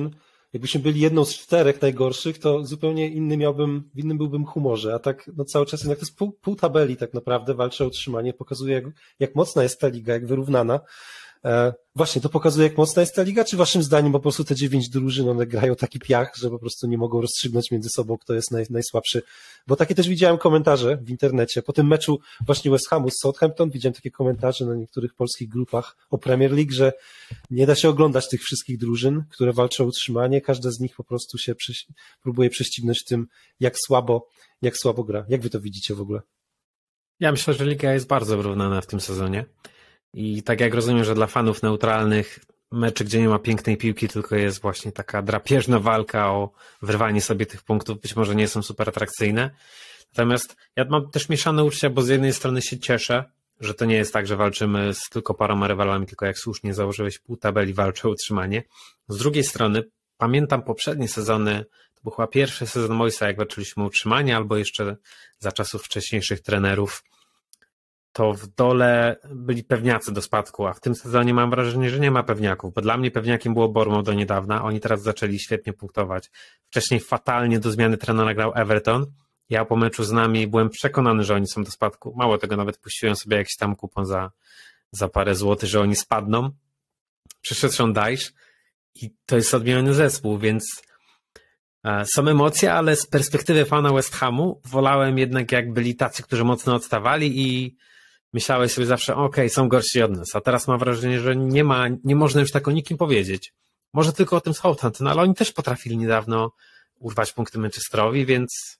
S1: jakbyśmy byli jedną z czterech najgorszych, to zupełnie inny miałbym, w innym byłbym humorze, a tak no cały czas jednak to jest pół, pół tabeli tak naprawdę, walczy o utrzymanie, pokazuje jak, jak mocna jest ta liga, jak wyrównana. E, właśnie, to pokazuje jak mocna jest ta liga, czy waszym zdaniem po prostu te dziewięć drużyn, one grają taki piach, że po prostu nie mogą rozstrzygnąć między sobą, kto jest naj, najsłabszy? Bo takie też widziałem komentarze w internecie. Po tym meczu właśnie West Hamu z Southampton widziałem takie komentarze na niektórych polskich grupach o Premier League, że nie da się oglądać tych wszystkich drużyn, które walczą o utrzymanie. Każda z nich po prostu się prześ- próbuje prześcignąć w tym, jak słabo, jak słabo gra. Jak wy to widzicie w ogóle?
S3: Ja myślę, że liga jest bardzo wyrównana w tym sezonie. I tak jak rozumiem, że dla fanów neutralnych meczy, gdzie nie ma pięknej piłki, tylko jest właśnie taka drapieżna walka o wyrwanie sobie tych punktów, być może nie są super atrakcyjne. Natomiast ja mam też mieszane uczucia, bo z jednej strony się cieszę, że to nie jest tak, że walczymy z tylko paroma rywalami, tylko jak słusznie założyłeś, pół tabeli walczy o utrzymanie. Z drugiej strony pamiętam poprzednie sezony, to był chyba pierwszy sezon Moisa, jak walczyliśmy o utrzymanie, albo jeszcze za czasów wcześniejszych trenerów, to w dole byli pewniacy do spadku, a w tym sezonie mam wrażenie, że nie ma pewniaków, bo dla mnie pewniakiem było Bournemouth do niedawna, oni teraz zaczęli świetnie punktować. Wcześniej fatalnie do zmiany trenera grał Everton. Ja po meczu z nami byłem przekonany, że oni są do spadku. Mało tego, nawet puściłem sobie jakiś tam kupon za, za parę złotych, że oni spadną. Przyszedł Sean Dyche i to jest odmieniony zespół, więc e, są emocje, ale z perspektywy fana West Hamu wolałem jednak, jak byli tacy, którzy mocno odstawali i myślałeś sobie zawsze, okej, okay, są gorsi od nas, a teraz mam wrażenie, że nie ma, nie można już tak o nikim powiedzieć. Może tylko o tym Southampton, ale oni też potrafili niedawno urwać punkty Manchesterowi, więc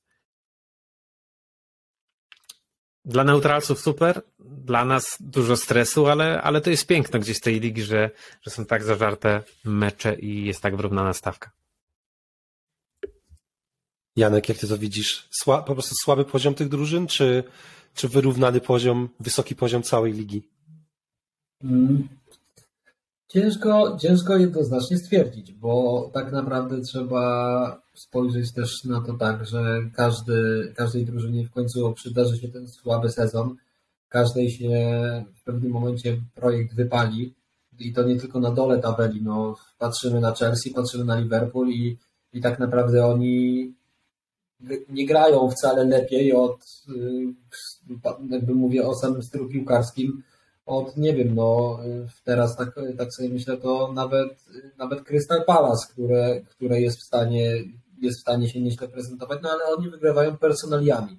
S3: dla neutralców super, dla nas dużo stresu, ale, ale to jest piękno gdzieś tej ligi, że, że są tak zażarte mecze i jest tak wyrównana stawka.
S1: Janek, jak ty to widzisz? Sła, po prostu słaby poziom tych drużyn, czy, czy wyrównany poziom, wysoki poziom całej ligi?
S2: Hmm. Ciężko, ciężko jednoznacznie stwierdzić, bo tak naprawdę trzeba spojrzeć też na to tak, że każdy, każdej drużynie w końcu przydarzy się ten słaby sezon, każdej się w pewnym momencie projekt wypali i to nie tylko na dole tabeli, no patrzymy na Chelsea, patrzymy na Liverpool i, i tak naprawdę oni nie grają wcale lepiej od, jakby mówię o samym stylu piłkarskim, od, nie wiem, no teraz tak, tak sobie myślę, to nawet, nawet Crystal Palace, które, które jest w stanie, jest w stanie się nieźle prezentować, no ale oni wygrywają personaliami.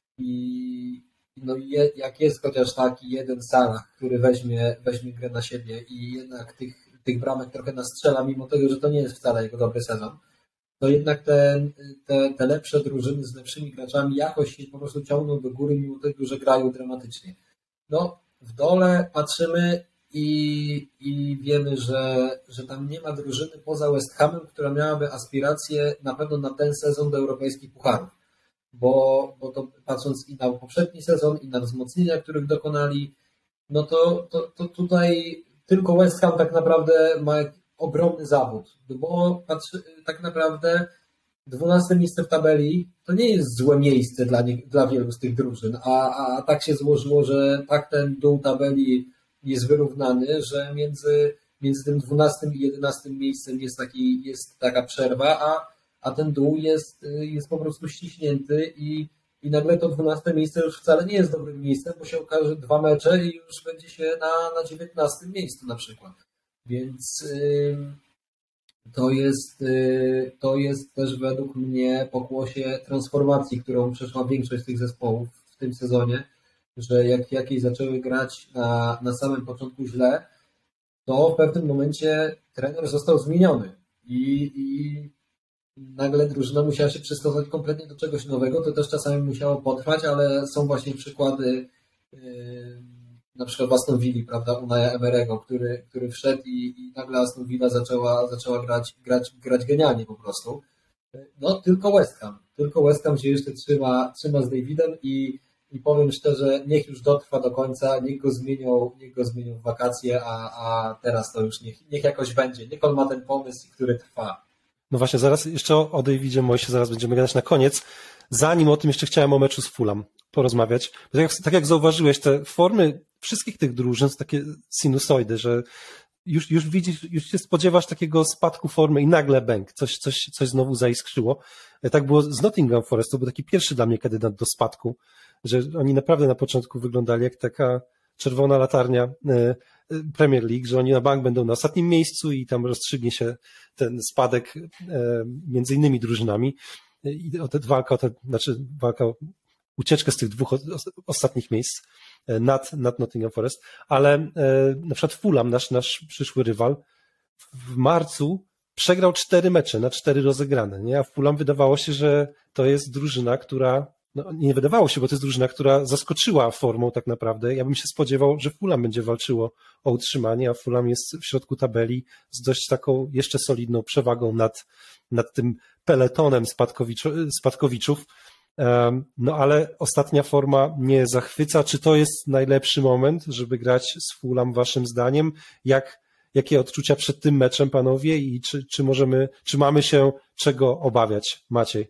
S2: I no je, jak jest chociaż taki jeden Salah, który weźmie, weźmie grę na siebie i jednak tych, tych bramek trochę nastrzela, mimo tego, że to nie jest wcale jego dobry sezon, to jednak te, te, te lepsze drużyny z lepszymi graczami jakoś się po prostu ciągną do góry, mimo tego, że grają dramatycznie. No, w dole patrzymy i, i wiemy, że, że tam nie ma drużyny poza West Hamem, która miałaby aspiracje na pewno na ten sezon do europejskich pucharów. Bo, bo to patrząc i na poprzedni sezon, i na wzmocnienia, których dokonali, no to, to, to tutaj tylko West Ham tak naprawdę ma ogromny zawód. Bo patrzy, tak naprawdę dwunaste miejsce w tabeli to nie jest złe miejsce dla, nie, dla wielu z tych drużyn, a, a tak się złożyło, że tak ten dół tabeli jest wyrównany, że między, między tym dwunastym i jedenastym miejscem jest, taki, jest taka przerwa, a, a ten dół jest, jest po prostu ściśnięty i, i nagle to dwunaste miejsce już wcale nie jest dobrym miejscem, bo się okaże dwa mecze i już będzie się na, na dziewiętnastym miejscu na przykład. Więc yy, to jest, yy, to jest też według mnie pokłosie transformacji, którą przeszła większość tych zespołów w tym sezonie, że jak jakieś zaczęły grać na, na samym początku źle, to w pewnym momencie trener został zmieniony i, i nagle drużyna musiała się przystosować kompletnie do czegoś nowego. To też czasami musiało potrwać, ale są właśnie przykłady yy, na przykład w Aston Villi, prawda, Unaia Emery'ego, który, który wszedł i, i nagle Aston Villa zaczęła, zaczęła grać, grać, grać genialnie po prostu. No tylko West Ham. Tylko West Ham się jeszcze trzyma, trzyma z Davidem i, i powiem szczerze, niech już dotrwa do końca, niech go zmienią, niech go zmienią w wakacje, a, a teraz to już niech, niech jakoś będzie. Niech on ma ten pomysł, który trwa.
S1: No właśnie, zaraz jeszcze o Davidzie Moisie zaraz będziemy gadać na koniec. Zanim o tym jeszcze chciałem o meczu z Fulham porozmawiać. Tak jak, tak jak zauważyłeś, te formy wszystkich tych drużyn są takie sinusoidy, że już, już widzisz, już się spodziewasz takiego spadku formy i nagle bęk, coś, coś, coś znowu zaiskrzyło. Tak było z Nottingham Forest, to był taki pierwszy dla mnie kandydat do spadku, że oni naprawdę na początku wyglądali jak taka czerwona latarnia Premier League, że oni na bank będą na ostatnim miejscu i tam rozstrzygnie się ten spadek między innymi drużynami i o tę walkę, o te, znaczy walka o ucieczkę z tych dwóch ostatnich miejsc nad, nad Nottingham Forest, ale na przykład Fulham, nasz, nasz przyszły rywal, w marcu przegrał cztery mecze na cztery rozegrane, nie? A Fulham wydawało się, że to jest drużyna, która, no nie wydawało się, bo to jest drużyna, która zaskoczyła formą tak naprawdę. Ja bym się spodziewał, że Fulham będzie walczyło o utrzymanie, a Fulham jest w środku tabeli z dość taką jeszcze solidną przewagą nad, nad tym peletonem spadkowiczów. No ale ostatnia forma nie zachwyca. Czy to jest najlepszy moment, żeby grać z Fulham waszym zdaniem? Jak, jakie odczucia przed tym meczem, panowie? I czy, czy możemy, czy mamy się czego obawiać? Maciej?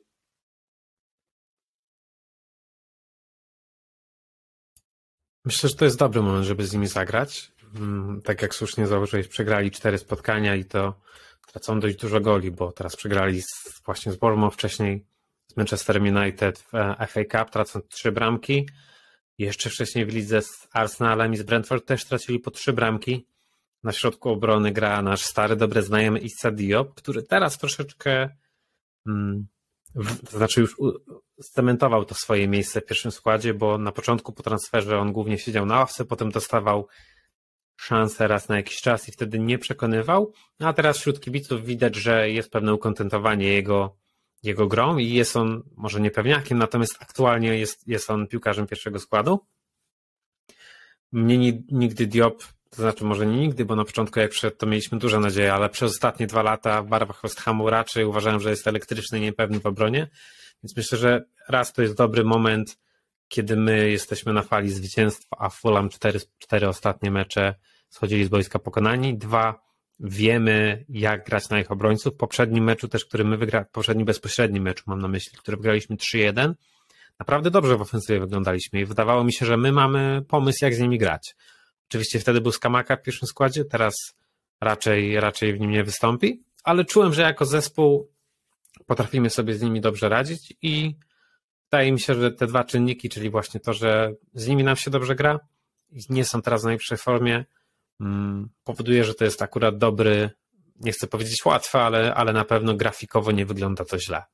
S3: Myślę, że to jest dobry moment, żeby z nimi zagrać. Tak jak słusznie założyłeś, przegrali cztery spotkania i to tracą dość dużo goli, bo teraz przegrali z, właśnie z Bournemouth, wcześniej z Manchesterem United w F A Cup, tracąc trzy bramki. Jeszcze wcześniej w lidze z Arsenalem i z Brentford też tracili po trzy bramki. Na środku obrony gra nasz stary, dobry znajomy Issa Diop, który teraz troszeczkę hmm, w, to znaczy już scementował to swoje miejsce w pierwszym składzie, bo na początku po transferze on głównie siedział na ławce, potem dostawał szansę raz na jakiś czas i wtedy nie przekonywał, a teraz wśród kibiców widać, że jest pewne ukontentowanie jego jego grą i jest on może nie pewniakiem, natomiast aktualnie jest, jest on piłkarzem pierwszego składu. Mnie nigdy Diop, to znaczy może nie nigdy, bo na początku jak przyszedł, to mieliśmy duże nadzieje, ale przez ostatnie dwa lata w barwach West Hamu raczej uważałem, że jest elektryczny i niepewny w obronie, więc myślę, że raz to jest dobry moment, kiedy my jesteśmy na fali zwycięstwa, a Fulham cztery, cztery ostatnie mecze schodzili z boiska pokonani. Dwa, wiemy, jak grać na ich obrońców. W poprzednim meczu też, który my wygraliśmy, poprzednim bezpośrednim meczu mam na myśli, który wygraliśmy trzy jeden, naprawdę dobrze w ofensywie wyglądaliśmy i wydawało mi się, że my mamy pomysł, jak z nimi grać. Oczywiście wtedy był Skamaka w pierwszym składzie, teraz raczej, raczej w nim nie wystąpi, ale czułem, że jako zespół potrafimy sobie z nimi dobrze radzić i wydaje mi się, że te dwa czynniki, czyli właśnie to, że z nimi nam się dobrze gra i nie są teraz w najlepszej formie, powoduje, że to jest akurat dobry, nie chcę powiedzieć łatwy, ale, ale na pewno grafikowo nie wygląda to źle.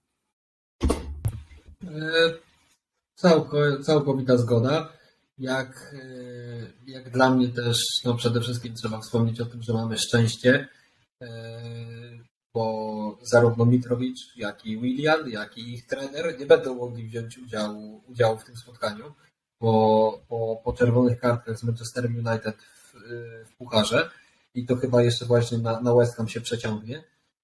S2: Całko, całkowita zgoda. Jak, jak dla mnie też, no przede wszystkim trzeba wspomnieć o tym, że mamy szczęście, bo zarówno Mitrowicz, jak i Willian, jak i ich trener nie będą mogli wziąć udziału, udziału w tym spotkaniu, bo po, po czerwonych kartkach z Manchesterem United w, w pucharze i to chyba jeszcze właśnie na, na West Ham się przeciągnie.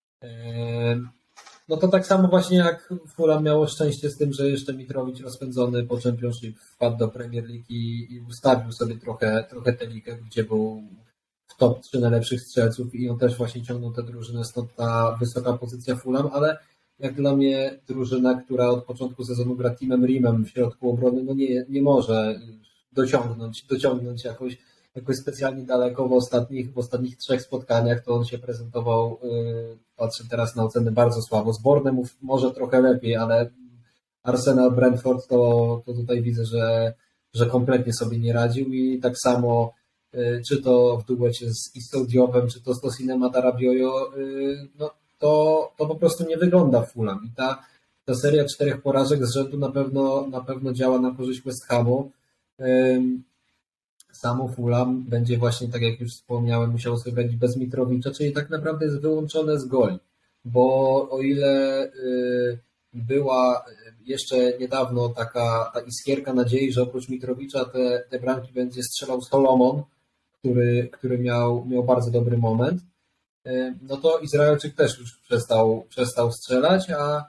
S2: No to tak samo właśnie jak Fulham miało szczęście z tym, że jeszcze Mitrowicz rozpędzony po Championship wpadł do Premier League i, i ustawił sobie trochę, trochę tę ligę, gdzie był w top trzy najlepszych strzelców i on też właśnie ciągnął tę drużynę, stąd ta wysoka pozycja Fulham, ale jak dla mnie drużyna, która od początku sezonu gra Teamem Rimem w środku obrony, no nie, nie może dociągnąć, dociągnąć jakoś, jakoś specjalnie daleko w ostatnich, w ostatnich trzech spotkaniach, to on się prezentował, yy, patrzę teraz na ocenę, bardzo słabo. Z Bournemouth może trochę lepiej, ale Arsenal, Brentford to, to tutaj widzę, że, że kompletnie sobie nie radził i tak samo yy, czy to w duecie z Issou Diopem, czy to z Tosinem Adarabioyo, yy, no to, to po prostu nie wygląda w Fulham i ta, ta seria czterech porażek z rzędu na pewno, na pewno działa na korzyść West Hamu. Yy, Samo Fulham będzie właśnie, tak jak już wspomniałem, musiał sobie radzić bez Mitrowicza, czyli tak naprawdę jest wyłączone z goli, bo o ile była jeszcze niedawno taka ta iskierka nadziei, że oprócz Mitrowicza te, te bramki będzie strzelał Solomon, który, który miał, miał bardzo dobry moment, no to Izraelczyk też już przestał, przestał strzelać, a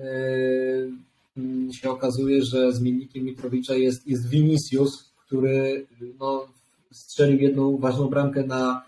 S2: się okazuje, że zmiennikiem Mitrowicza jest, jest Vinicius, który no, strzelił jedną ważną bramkę na,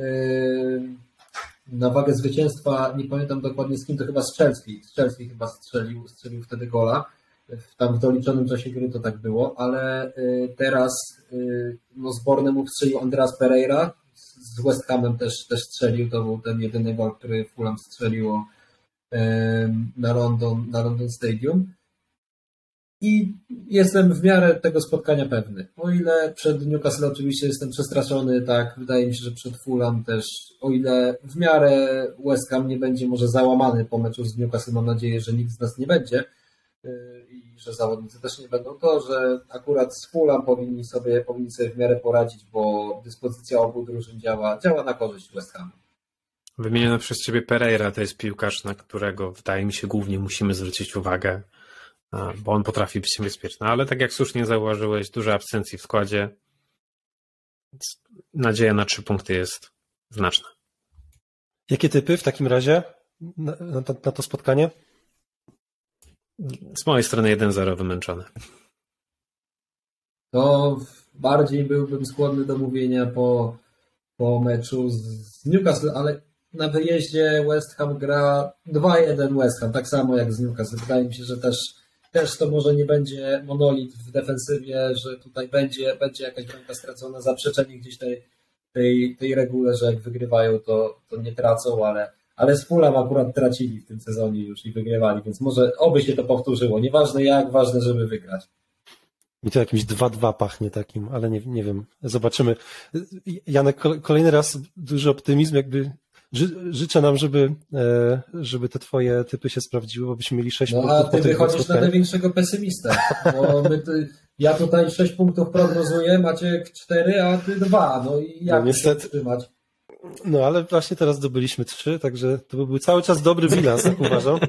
S2: na wagę zwycięstwa, nie pamiętam dokładnie z kim, to chyba z Chelsea, z Chelsea chyba strzelił, strzelił wtedy gola, tam w doliczonym czasie gry to tak było, ale teraz no, z Bournemouth strzelił Andreas Pereira z, z West Hamem też, też strzelił, to był ten jedyny gol, który Fulham strzeliło na London, na London Stadium. I jestem w miarę tego spotkania pewny. O ile przed Newcastle oczywiście jestem przestraszony, tak, wydaje mi się, że przed Fulham też, o ile w miarę West Ham nie będzie może załamany po meczu z Newcastle, mam nadzieję, że nikt z nas nie będzie i że zawodnicy też nie będą, to, że akurat z Fulham powinni sobie, powinni sobie w miarę poradzić, bo dyspozycja obu drużyn działa, działa na korzyść West Hamu.
S3: Wymieniony przez ciebie Pereira to jest piłkarz, na którego wydaje mi się głównie musimy zwrócić uwagę, bo on potrafi być niebezpieczny, ale tak jak słusznie zauważyłeś, dużo absencji w składzie, więc nadzieja na trzy punkty jest znaczna.
S1: Jakie typy w takim razie na, na, na to spotkanie?
S3: Z mojej strony jeden zero wymęczony.
S2: To bardziej byłbym skłonny do mówienia po, po meczu z Newcastle, ale na wyjeździe West Ham gra dwa jeden West Ham, tak samo jak z Newcastle. Wydaje mi się, że też, też to może nie będzie monolit w defensywie, że tutaj będzie, będzie jakaś bramka stracona, zaprzeczenie gdzieś tej, tej, tej regule, że jak wygrywają, to, to nie tracą, ale, ale z Fulham akurat tracili w tym sezonie już i wygrywali, więc może oby się to powtórzyło. Nieważne jak, ważne, żeby wygrać.
S1: Mi to jakimś dwa dwa pachnie takim, ale nie, nie wiem, zobaczymy. Janek, kolejny raz duży optymizm, jakby ży, życzę nam, żeby, żeby te twoje typy się sprawdziły, bo byśmy mieli sześć
S2: no,
S1: punktów.
S2: No a ty wychodzisz na największego pesymistę, bo my ty, ja tutaj sześć punktów prognozuję, Maciek cztery, a ty dwa, no i jak
S1: no, niestety
S2: trzymać?
S1: No ale właśnie teraz zdobyliśmy trzy, także to by był cały czas dobry bilans, jak uważam.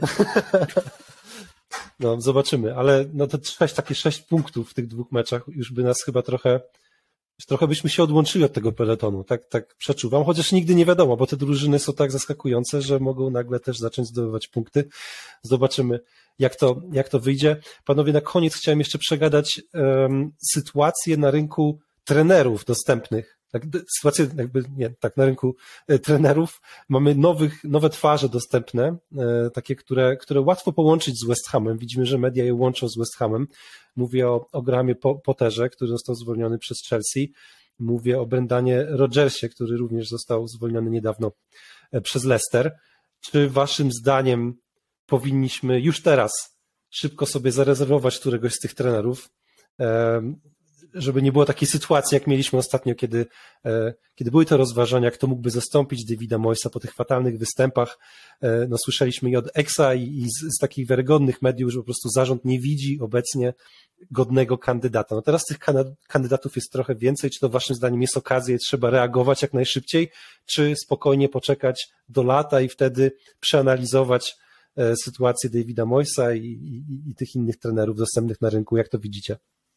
S1: No, zobaczymy, ale no to sześć, takie sześć punktów w tych dwóch meczach już by nas chyba trochę, trochę byśmy się odłączyli od tego peletonu, tak, tak przeczuwam, chociaż nigdy nie wiadomo, bo te drużyny są tak zaskakujące, że mogą nagle też zacząć zdobywać punkty. Zobaczymy, jak to, jak to wyjdzie. Panowie, na koniec chciałem jeszcze przegadać um, sytuację na rynku trenerów dostępnych. Tak, sytuację jakby, nie, tak, na rynku e, trenerów mamy nowych, nowe twarze dostępne, e, takie, które, które łatwo połączyć z West Hamem. Widzimy, że media je łączą z West Hamem. Mówię o, o Grahamie Potterze, który został zwolniony przez Chelsea. Mówię o Brendanie Rodgersie, który również został zwolniony niedawno e, przez Leicester. Czy waszym zdaniem powinniśmy już teraz szybko sobie zarezerwować któregoś z tych trenerów, e, żeby nie było takiej sytuacji, jak mieliśmy ostatnio, kiedy, kiedy były te rozważania, kto mógłby zastąpić Davida Moyesa po tych fatalnych występach. No, słyszeliśmy i od Exa, i, i z, z takich wiarygodnych mediów, że po prostu zarząd nie widzi obecnie godnego kandydata. No teraz tych kandydatów jest trochę więcej. Czy to waszym zdaniem jest okazja i trzeba reagować jak najszybciej, czy spokojnie poczekać do lata i wtedy przeanalizować sytuację Davida Moyesa i, i, i tych innych trenerów dostępnych na rynku? Jak to widzicie?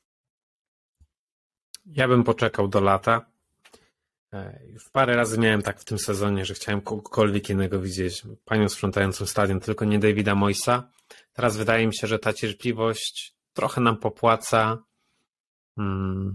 S3: Ja bym poczekał do lata. Już parę razy miałem tak w tym sezonie, że chciałem kogokolwiek innego widzieć. Panią sprzątającą stadion, tylko nie Davida Moyesa. Teraz wydaje mi się, że ta cierpliwość trochę nam popłaca. Hmm.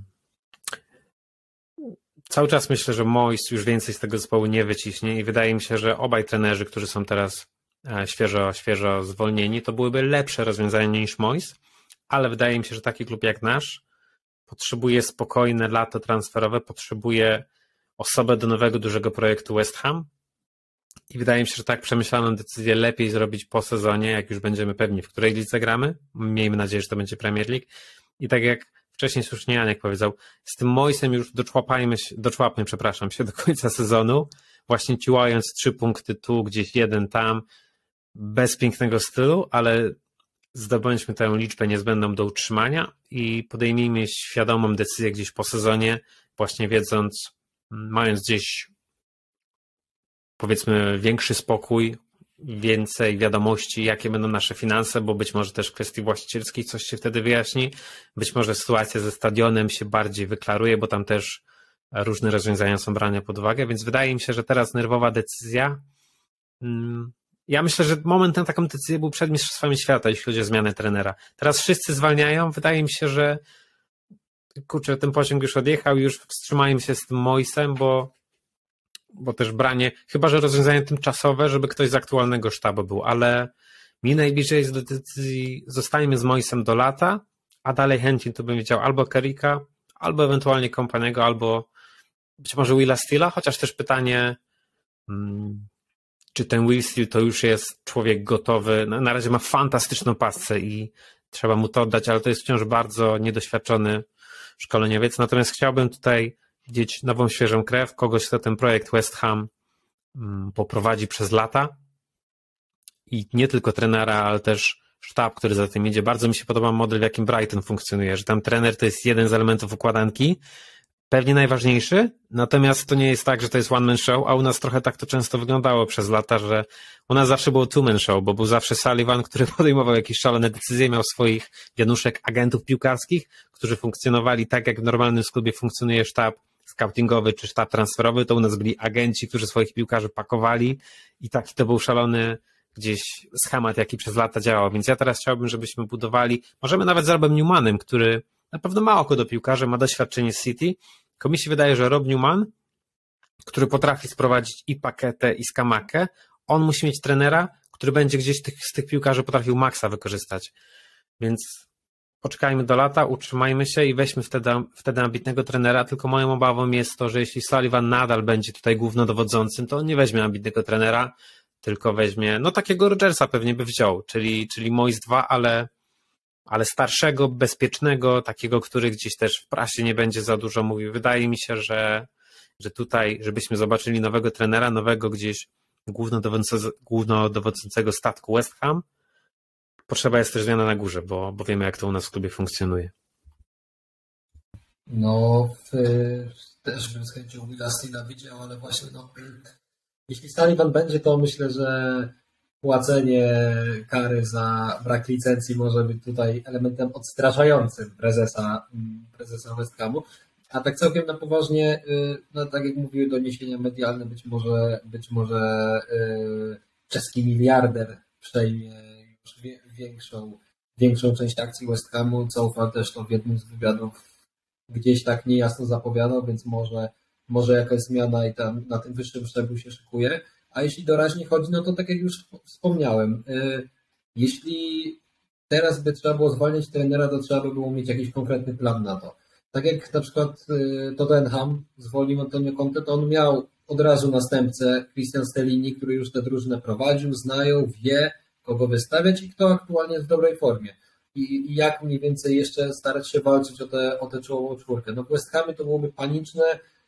S3: Cały czas myślę, że Moyes już więcej z tego zespołu nie wyciśnie i wydaje mi się, że obaj trenerzy, którzy są teraz świeżo, świeżo zwolnieni, to byłyby lepsze rozwiązania niż Moyes, ale wydaje mi się, że taki klub jak nasz potrzebuje spokojne lato transferowe, potrzebuje osobę do nowego, dużego projektu West Ham i wydaje mi się, że tak przemyślaną decyzję lepiej zrobić po sezonie, jak już będziemy pewni, w której lidze gramy. Miejmy nadzieję, że to będzie Premier League. I tak jak wcześniej słusznie Janek powiedział, z tym Moyesem już doczłapajmy się, doczłapmy, przepraszam, się do końca sezonu, właśnie ciłając trzy punkty tu, gdzieś jeden tam, bez pięknego stylu, ale zdobądźmy tę liczbę niezbędną do utrzymania i podejmijmy świadomą decyzję gdzieś po sezonie, właśnie wiedząc, mając gdzieś powiedzmy większy spokój, więcej wiadomości, jakie będą nasze finanse, bo być może też w kwestii właścicielskiej coś się wtedy wyjaśni, być może sytuacja ze stadionem się bardziej wyklaruje, bo tam też różne rozwiązania są brane pod uwagę, więc wydaje mi się, że teraz nerwowa decyzja. Ja myślę, że moment na taką decyzję był przed Mistrzostwami Świata, jeśli chodzi o zmianę trenera. Teraz wszyscy zwalniają, wydaje mi się, że kurczę, ten pociąg już odjechał, już wstrzymajmy się z tym Moyesem, bo, bo też branie, chyba że rozwiązanie tymczasowe, żeby ktoś z aktualnego sztabu był, ale mi najbliżej jest do decyzji, zostańmy z Moyesem do lata, a dalej chętnie to bym widział albo Kerricka, albo ewentualnie Kompaniego, albo być może Willa Steela, chociaż też pytanie, hmm, czy ten Will Steele to już jest człowiek gotowy, na, na razie ma fantastyczną pasce i trzeba mu to oddać, ale to jest wciąż bardzo niedoświadczony szkoleniowiec, natomiast chciałbym tutaj widzieć nową, świeżą krew, kogoś, kto ten projekt West Ham hmm, poprowadzi przez lata i nie tylko trenera, ale też sztab, który za tym idzie. Bardzo mi się podoba model, w jakim Brighton funkcjonuje, że tam trener to jest jeden z elementów układanki, pewnie najważniejszy, natomiast to nie jest tak, że to jest one man show, a u nas trochę tak to często wyglądało przez lata, że u nas zawsze było two man show, bo był zawsze Sullivan, który podejmował jakieś szalone decyzje, miał swoich wianuszek agentów piłkarskich, którzy funkcjonowali tak, jak w normalnym klubie funkcjonuje sztab scoutingowy czy sztab transferowy, to u nas byli agenci, którzy swoich piłkarzy pakowali i taki to był szalony gdzieś schemat, jaki przez lata działał, więc ja teraz chciałbym, żebyśmy budowali, możemy nawet z Robem Newmanem, który na pewno ma oko do piłkarzy, ma doświadczenie z City, tylko mi się wydaje, że Rob Newman, który potrafi sprowadzić i Paketę, i Skamakę, on musi mieć trenera, który będzie gdzieś tych, z tych piłkarzy potrafił maksa wykorzystać, więc poczekajmy do lata, utrzymajmy się i weźmy wtedy, wtedy ambitnego trenera, tylko moją obawą jest to, że jeśli Sullivan nadal będzie tutaj głównodowodzącym, to on nie weźmie ambitnego trenera, tylko weźmie, no takiego Rodgersa pewnie by wziął, czyli, czyli Moyes dwa, ale, ale starszego, bezpiecznego, takiego, który gdzieś też w prasie nie będzie za dużo mówił. Wydaje mi się, że, że tutaj, żebyśmy zobaczyli nowego trenera, nowego gdzieś głównodowodzącego, głównodowodzącego statku West Ham, potrzeba jest też zmiana na górze, bo, bo wiemy, jak to u nas w klubie funkcjonuje.
S2: No, w, też bym z chęcią Willa Steela widział, ale właśnie no, jeśli Sullivan będzie, to myślę, że płacenie kary za brak licencji może być tutaj elementem odstraszającym prezesa, prezesa West Hamu. A tak całkiem na poważnie, no tak jak mówiły doniesienia medialne, być może, być może czeski miliarder przejmie już większą, większą część akcji West Hamu, co ufam też to w jednym z wywiadów gdzieś tak niejasno zapowiadał, więc może, może jakaś zmiana i tam na tym wyższym szczeblu się szykuje. A jeśli doraźnie chodzi, no to tak jak już wspomniałem, jeśli teraz by trzeba było zwalniać trenera, to trzeba by było mieć jakiś konkretny plan na to. Tak jak na przykład Tottenham zwolnił Antonio Conte, to on miał od razu następcę Christian Stellini, który już tę drużynę prowadził, znają, wie, kogo wystawiać i kto aktualnie jest w dobrej formie. I, i jak mniej więcej jeszcze starać się walczyć o tę o tę czołową czwórkę. No w West Hamie to byłoby paniczne.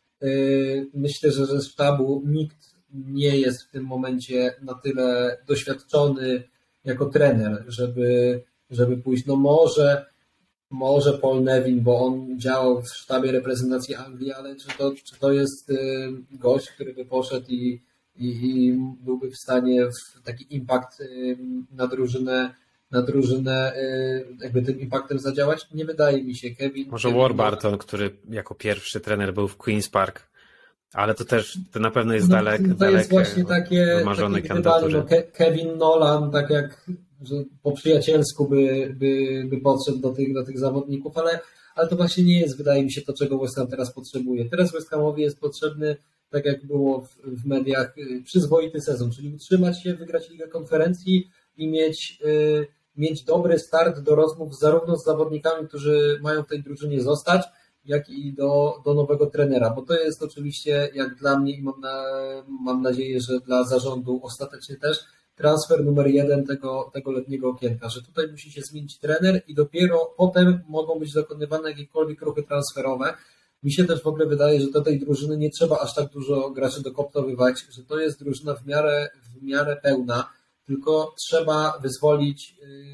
S2: Myślę, że ze sztabu nikt nie jest w tym momencie na tyle doświadczony jako trener, żeby, żeby pójść. No może, może Paul Nevin, bo on działał w sztabie reprezentacji Anglii, ale czy to, czy to jest gość, który by poszedł i, i, i byłby w stanie w taki impact na drużynę, na drużynę jakby tym impaktem zadziałać? Nie wydaje mi się. Kevin...
S3: Może
S2: Kevin
S3: Warburton, który jako pierwszy trener był w Queen's Park, ale to też to na pewno jest dalek,
S2: no, to
S3: dalek
S2: jest właśnie takie,
S3: wymarzonej
S2: takie
S3: kandydatury.
S2: no, Ke- Kevin Nolan, tak jak że po przyjacielsku by, by, by podszedł do tych, do tych zawodników, ale, ale to właśnie nie jest, wydaje mi się, to, czego West Ham teraz potrzebuje. Teraz West Hamowi jest potrzebny, tak jak było w, w mediach, przyzwoity sezon, czyli utrzymać się, wygrać Ligę Konferencji i mieć, y, mieć dobry start do rozmów zarówno z zawodnikami, którzy mają w tej drużynie zostać, jak i do, do nowego trenera, bo to jest oczywiście, jak dla mnie i mam, na, mam nadzieję, że dla zarządu ostatecznie też, transfer numer jeden tego, tego letniego okienka, że tutaj musi się zmienić trener i dopiero potem mogą być dokonywane jakiekolwiek ruchy transferowe. Mi się też w ogóle wydaje, że do tej drużyny nie trzeba aż tak dużo graczy dokoptowywać, że to jest drużyna w miarę, w miarę pełna, tylko trzeba wyzwolić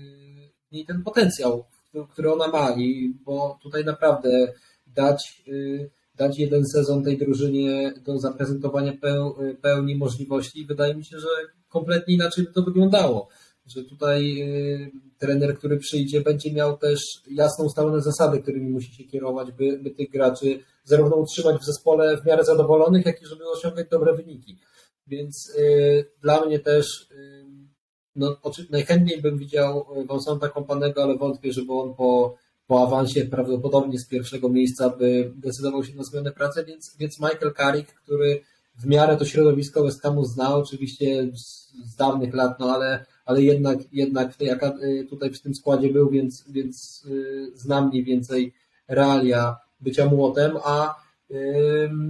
S2: w niej ten potencjał, który ona ma, i bo tutaj naprawdę dać, dać jeden sezon tej drużynie do zaprezentowania pełni możliwości. Wydaje mi się, że kompletnie inaczej by to wyglądało. Że tutaj trener, który przyjdzie, będzie miał też jasno ustalone zasady, którymi musi się kierować, by, by tych graczy zarówno utrzymać w zespole w miarę zadowolonych, jak i żeby osiągać dobre wyniki. Więc y, dla mnie też y, no, najchętniej bym widział Vincenta Kompanego, ale wątpię, żeby on po po awansie prawdopodobnie z pierwszego miejsca by decydował się na zmianę pracy, więc, więc Michael Carrick, który w miarę to środowisko West Hamu zna, oczywiście z, z dawnych lat, no ale, ale jednak, jednak w tej, tutaj w tym składzie był, więc, więc yy, zna mniej więcej realia bycia młotem, a yy,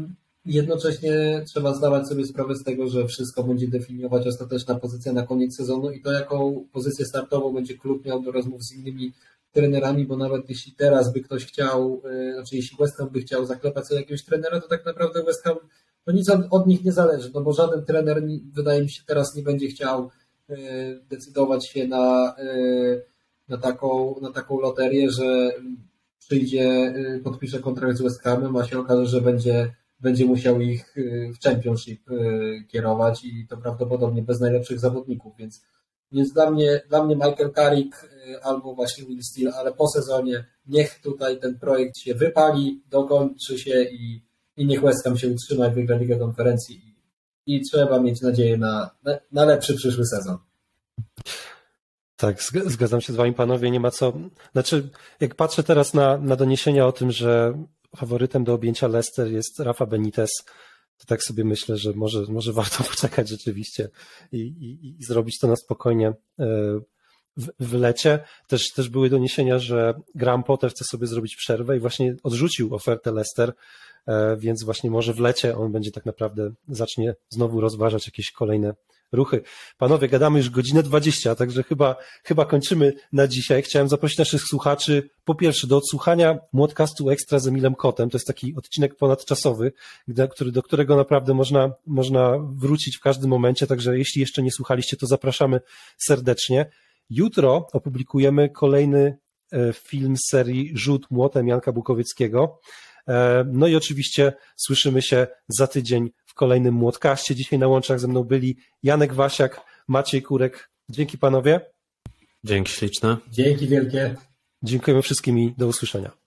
S2: jednocześnie trzeba zdawać sobie sprawę z tego, że wszystko będzie definiować ostateczna pozycja na koniec sezonu i to, jaką pozycję startową będzie klub miał do rozmów z innymi trenerami, bo nawet jeśli teraz by ktoś chciał, znaczy jeśli West Ham by chciał zaklepać sobie jakiegoś trenera, to tak naprawdę West Ham, to nic od, od nich nie zależy, no bo żaden trener, wydaje mi się, teraz nie będzie chciał decydować się na, na, taką, na taką loterię, że przyjdzie, podpisze kontrakt z West Hamem, a się okaże, że będzie, będzie musiał ich w Championship kierować i to prawdopodobnie bez najlepszych zawodników, więc, więc dla mnie, dla mnie Michael Carrick albo właśnie Will Steele, ale po sezonie niech tutaj ten projekt się wypali, dokończy się i, i niech West Ham się utrzyma i wygra Ligę Konferencji i, i trzeba mieć nadzieję na, na, na lepszy przyszły sezon.
S1: Tak, zgadzam się z wami, panowie, nie ma co. Znaczy, jak patrzę teraz na, na doniesienia o tym, że faworytem do objęcia Leicester jest Rafa Benitez, to tak sobie myślę, że może, może warto poczekać rzeczywiście i, i, i zrobić to na spokojnie w, w lecie. Też, też były doniesienia, że Graham Potter chce sobie zrobić przerwę i właśnie odrzucił ofertę Leicester, więc właśnie może w lecie on będzie tak naprawdę, zacznie znowu rozważać jakieś kolejne ruchy. Panowie, gadamy już godzinę dwadzieścia, także chyba, chyba kończymy na dzisiaj. Chciałem zaprosić naszych słuchaczy po pierwsze do odsłuchania Młotcastu Ekstra z Emilem Kotem. To jest taki odcinek ponadczasowy, który, do którego naprawdę można, można wrócić w każdym momencie, także jeśli jeszcze nie słuchaliście, to zapraszamy serdecznie. Jutro opublikujemy kolejny film z serii Rzut młotem Janka Bukowieckiego. No i oczywiście słyszymy się za tydzień w kolejnym Młotkaście. Dzisiaj na łączach ze mną byli Janek Wasiak, Maciej Kurek. Dzięki panowie.
S3: Dzięki śliczne.
S2: Dzięki wielkie.
S1: Dziękujemy wszystkim i do usłyszenia.